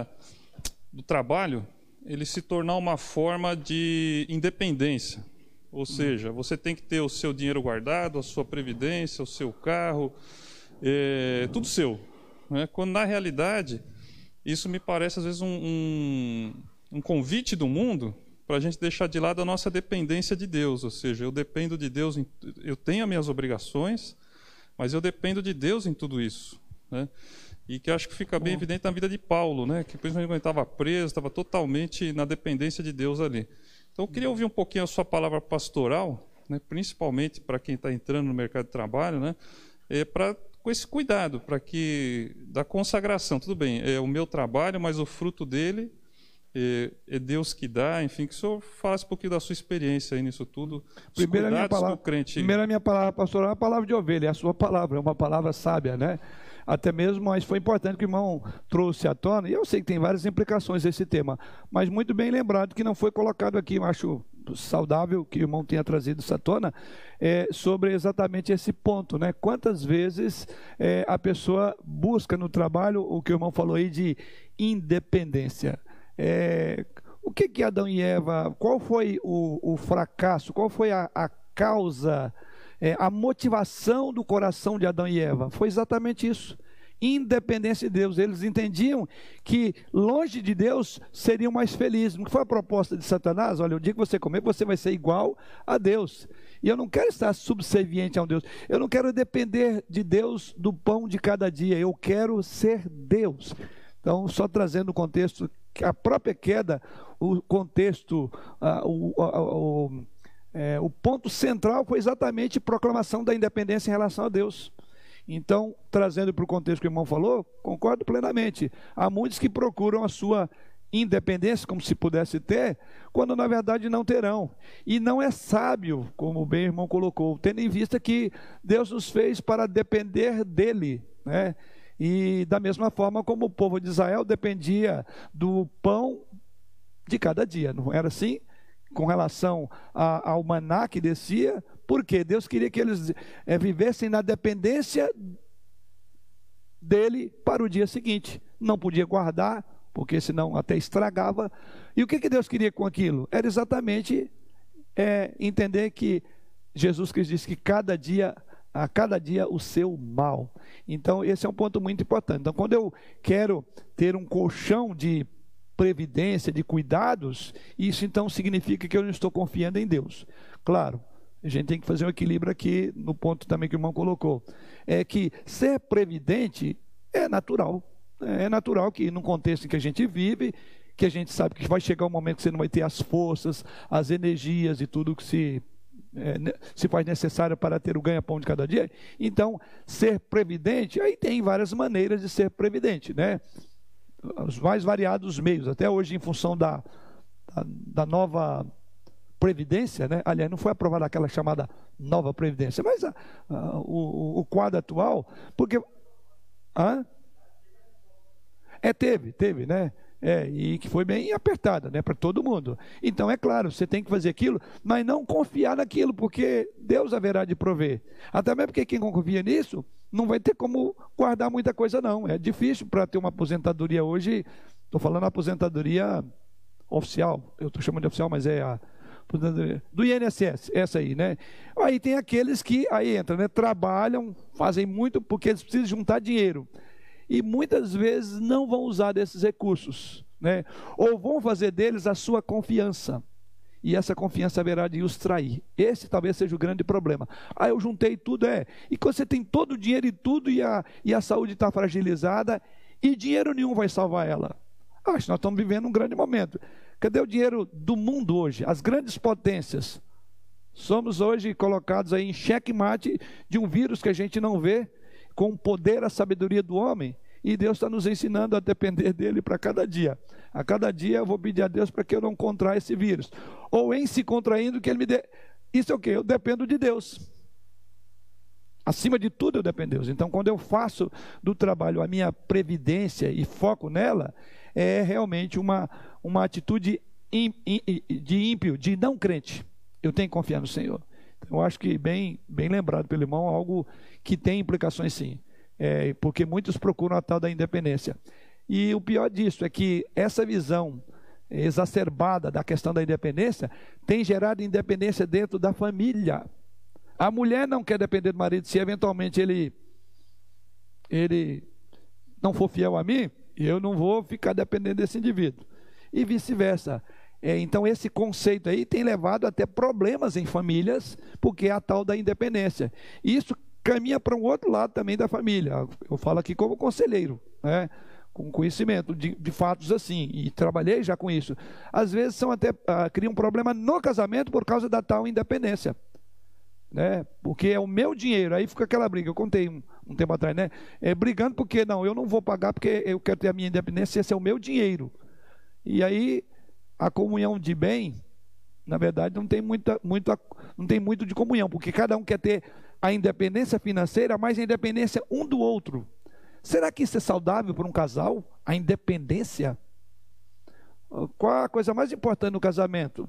do trabalho, ele se tornar uma forma de independência. Ou seja, você tem que ter o seu dinheiro guardado, a sua previdência, o seu carro, tudo seu, né? Quando na realidade, isso me parece às vezes um convite do mundo para a gente deixar de lado a nossa dependência de Deus. Ou seja, eu dependo de Deus, eu tenho as minhas obrigações, mas eu dependo de Deus em tudo isso, né? E que acho que fica bem evidente na vida de Paulo, né? Que principalmente quando ele estava preso, estava totalmente na dependência de Deus ali. Então, eu queria ouvir um pouquinho a sua palavra pastoral, né, principalmente para quem está entrando no mercado de trabalho, né, com esse cuidado, para que, da consagração, tudo bem, é o meu trabalho, mas o fruto dele é Deus que dá, enfim, que o senhor falasse um pouquinho da sua experiência aí nisso tudo. Primeiro, a minha palavra pastoral é a palavra de ovelha, é a sua palavra, é uma palavra sábia, né? Até mesmo, mas foi importante que o irmão trouxe à tona, e eu sei que tem várias implicações esse tema, mas muito bem lembrado que não foi colocado aqui, eu acho saudável que o irmão tenha trazido essa tona, sobre exatamente esse ponto, né? Quantas vezes a pessoa busca no trabalho o que o irmão falou aí de independência. O que Adão e Eva, qual foi o fracasso, qual foi a causa, a motivação do coração de Adão e Eva? Foi exatamente isso, independência de Deus. Eles entendiam que longe de Deus seriam mais felizes. Não foi a proposta de Satanás? Olha, o dia que você comer, você vai ser igual a Deus. E eu não quero estar subserviente a um Deus. Eu não quero depender de Deus do pão de cada dia. Eu quero ser Deus. Então, só trazendo o contexto, a própria queda, o contexto, o ponto central foi exatamente a proclamação da independência em relação a Deus. Então, trazendo para o contexto que o irmão falou, concordo plenamente. Há muitos que procuram a sua independência, como se pudesse ter, quando na verdade não terão. E não é sábio, como bem o irmão colocou, tendo em vista que Deus nos fez para depender dele, né? E da mesma forma como o povo de Israel dependia do pão de cada dia, não era assim? Com relação ao maná que descia, porque Deus queria que eles vivessem na dependência dele para o dia seguinte. Não podia guardar, porque senão até estragava. E o que Deus queria com aquilo? Era exatamente entender que Jesus Cristo disse que a cada dia o seu mal. Então esse é um ponto muito importante. Então quando eu quero ter um colchão de previdência, de cuidados, isso então significa que eu não estou confiando em Deus. Claro, a gente tem que fazer um equilíbrio aqui no ponto também que o irmão colocou. É que ser previdente é natural. É natural que num contexto em que a gente vive, que a gente sabe que vai chegar um momento que você não vai ter as forças, as energias e tudo que se faz necessário para ter o ganha-pão de cada dia. Então, ser previdente, aí tem várias maneiras de ser previdente, né? Os mais variados meios, até hoje em função da nova Previdência, né? Aliás, não foi aprovada aquela chamada nova Previdência, mas o quadro atual, porque... teve, né? E que foi bem apertada, né, para todo mundo. Então, é claro, você tem que fazer aquilo, mas não confiar naquilo, porque Deus haverá de prover. Até mesmo porque quem não confia nisso, não vai ter como guardar muita coisa, não. É difícil para ter uma aposentadoria hoje, estou falando aposentadoria oficial, eu estou chamando de oficial, mas é a aposentadoria do INSS, essa aí, né? Aí tem aqueles que, aí entra, né, trabalham, fazem muito, porque eles precisam juntar dinheiro. E muitas vezes não vão usar desses recursos, né? Ou vão fazer deles a sua confiança. E essa confiança haverá de os trair. Esse talvez seja o grande problema. Eu juntei tudo, E quando você tem todo o dinheiro e tudo, e a saúde está fragilizada, e dinheiro nenhum vai salvar ela. Acho que nós estamos vivendo um grande momento. Cadê o dinheiro do mundo hoje? As grandes potências. Somos hoje colocados aí em xeque-mate de um vírus que a gente não vê, com o poder, a sabedoria do homem, e Deus está nos ensinando a depender dele para cada dia. A cada dia eu vou pedir a Deus para que eu não contraia esse vírus, ou em se contraindo que ele me dê. Isso é o quê? Eu dependo de Deus. Acima de tudo eu dependo de Deus. Então quando eu faço do trabalho a minha previdência e foco nela, é realmente uma atitude de ímpio, de não crente. Eu tenho que confiar no Senhor. Eu acho que bem lembrado pelo irmão, algo que tem implicações sim, porque muitos procuram a tal da independência. E o pior disso é que essa visão exacerbada da questão da independência tem gerado independência dentro da família. A mulher não quer depender do marido, se eventualmente ele não for fiel a mim, eu não vou ficar dependendo desse indivíduo. E vice-versa. Então esse conceito aí tem levado até problemas em famílias, porque é a tal da independência. E isso caminha para um outro lado também da família. Eu falo aqui como conselheiro, né? Com conhecimento de fatos assim, e trabalhei já com isso. Às vezes criam um problema no casamento por causa da tal independência, né? Porque é o meu dinheiro, aí fica aquela briga. Eu contei um tempo atrás, né? Brigando porque eu não vou pagar porque eu quero ter a minha independência, esse é o meu dinheiro. E aí a comunhão de bem, na verdade, não tem muito de comunhão, porque cada um quer ter a independência financeira, mas a independência um do outro. Será que isso é saudável para um casal? A independência? Qual a coisa mais importante no casamento?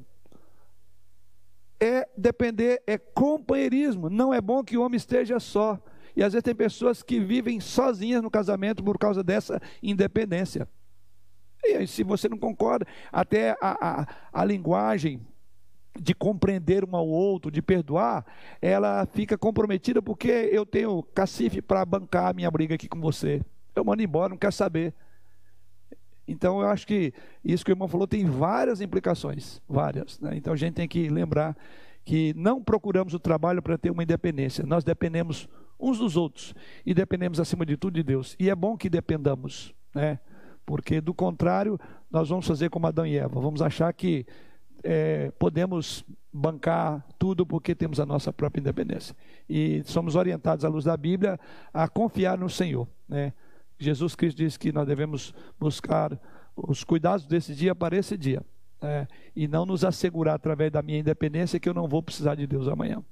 É depender, é companheirismo. Não é bom que o homem esteja só. E às vezes tem pessoas que vivem sozinhas no casamento por causa dessa independência. E aí, se você não concorda, até a linguagem de compreender um ao outro, de perdoar, ela fica comprometida porque eu tenho cacife para bancar a minha briga aqui com você. Eu mando embora, não quero saber. Então eu acho que isso que o irmão falou tem várias implicações, várias, né? Então a gente tem que lembrar que não procuramos o trabalho para ter uma independência, nós dependemos uns dos outros e dependemos acima de tudo de Deus. E é bom que dependamos, né? Porque do contrário nós vamos fazer como Adão e Eva, vamos achar que podemos bancar tudo porque temos a nossa própria independência. E somos orientados à luz da Bíblia a confiar no Senhor, né? Jesus Cristo disse que nós devemos buscar os cuidados desse dia para esse dia, e não nos assegurar através da minha independência que eu não vou precisar de Deus amanhã.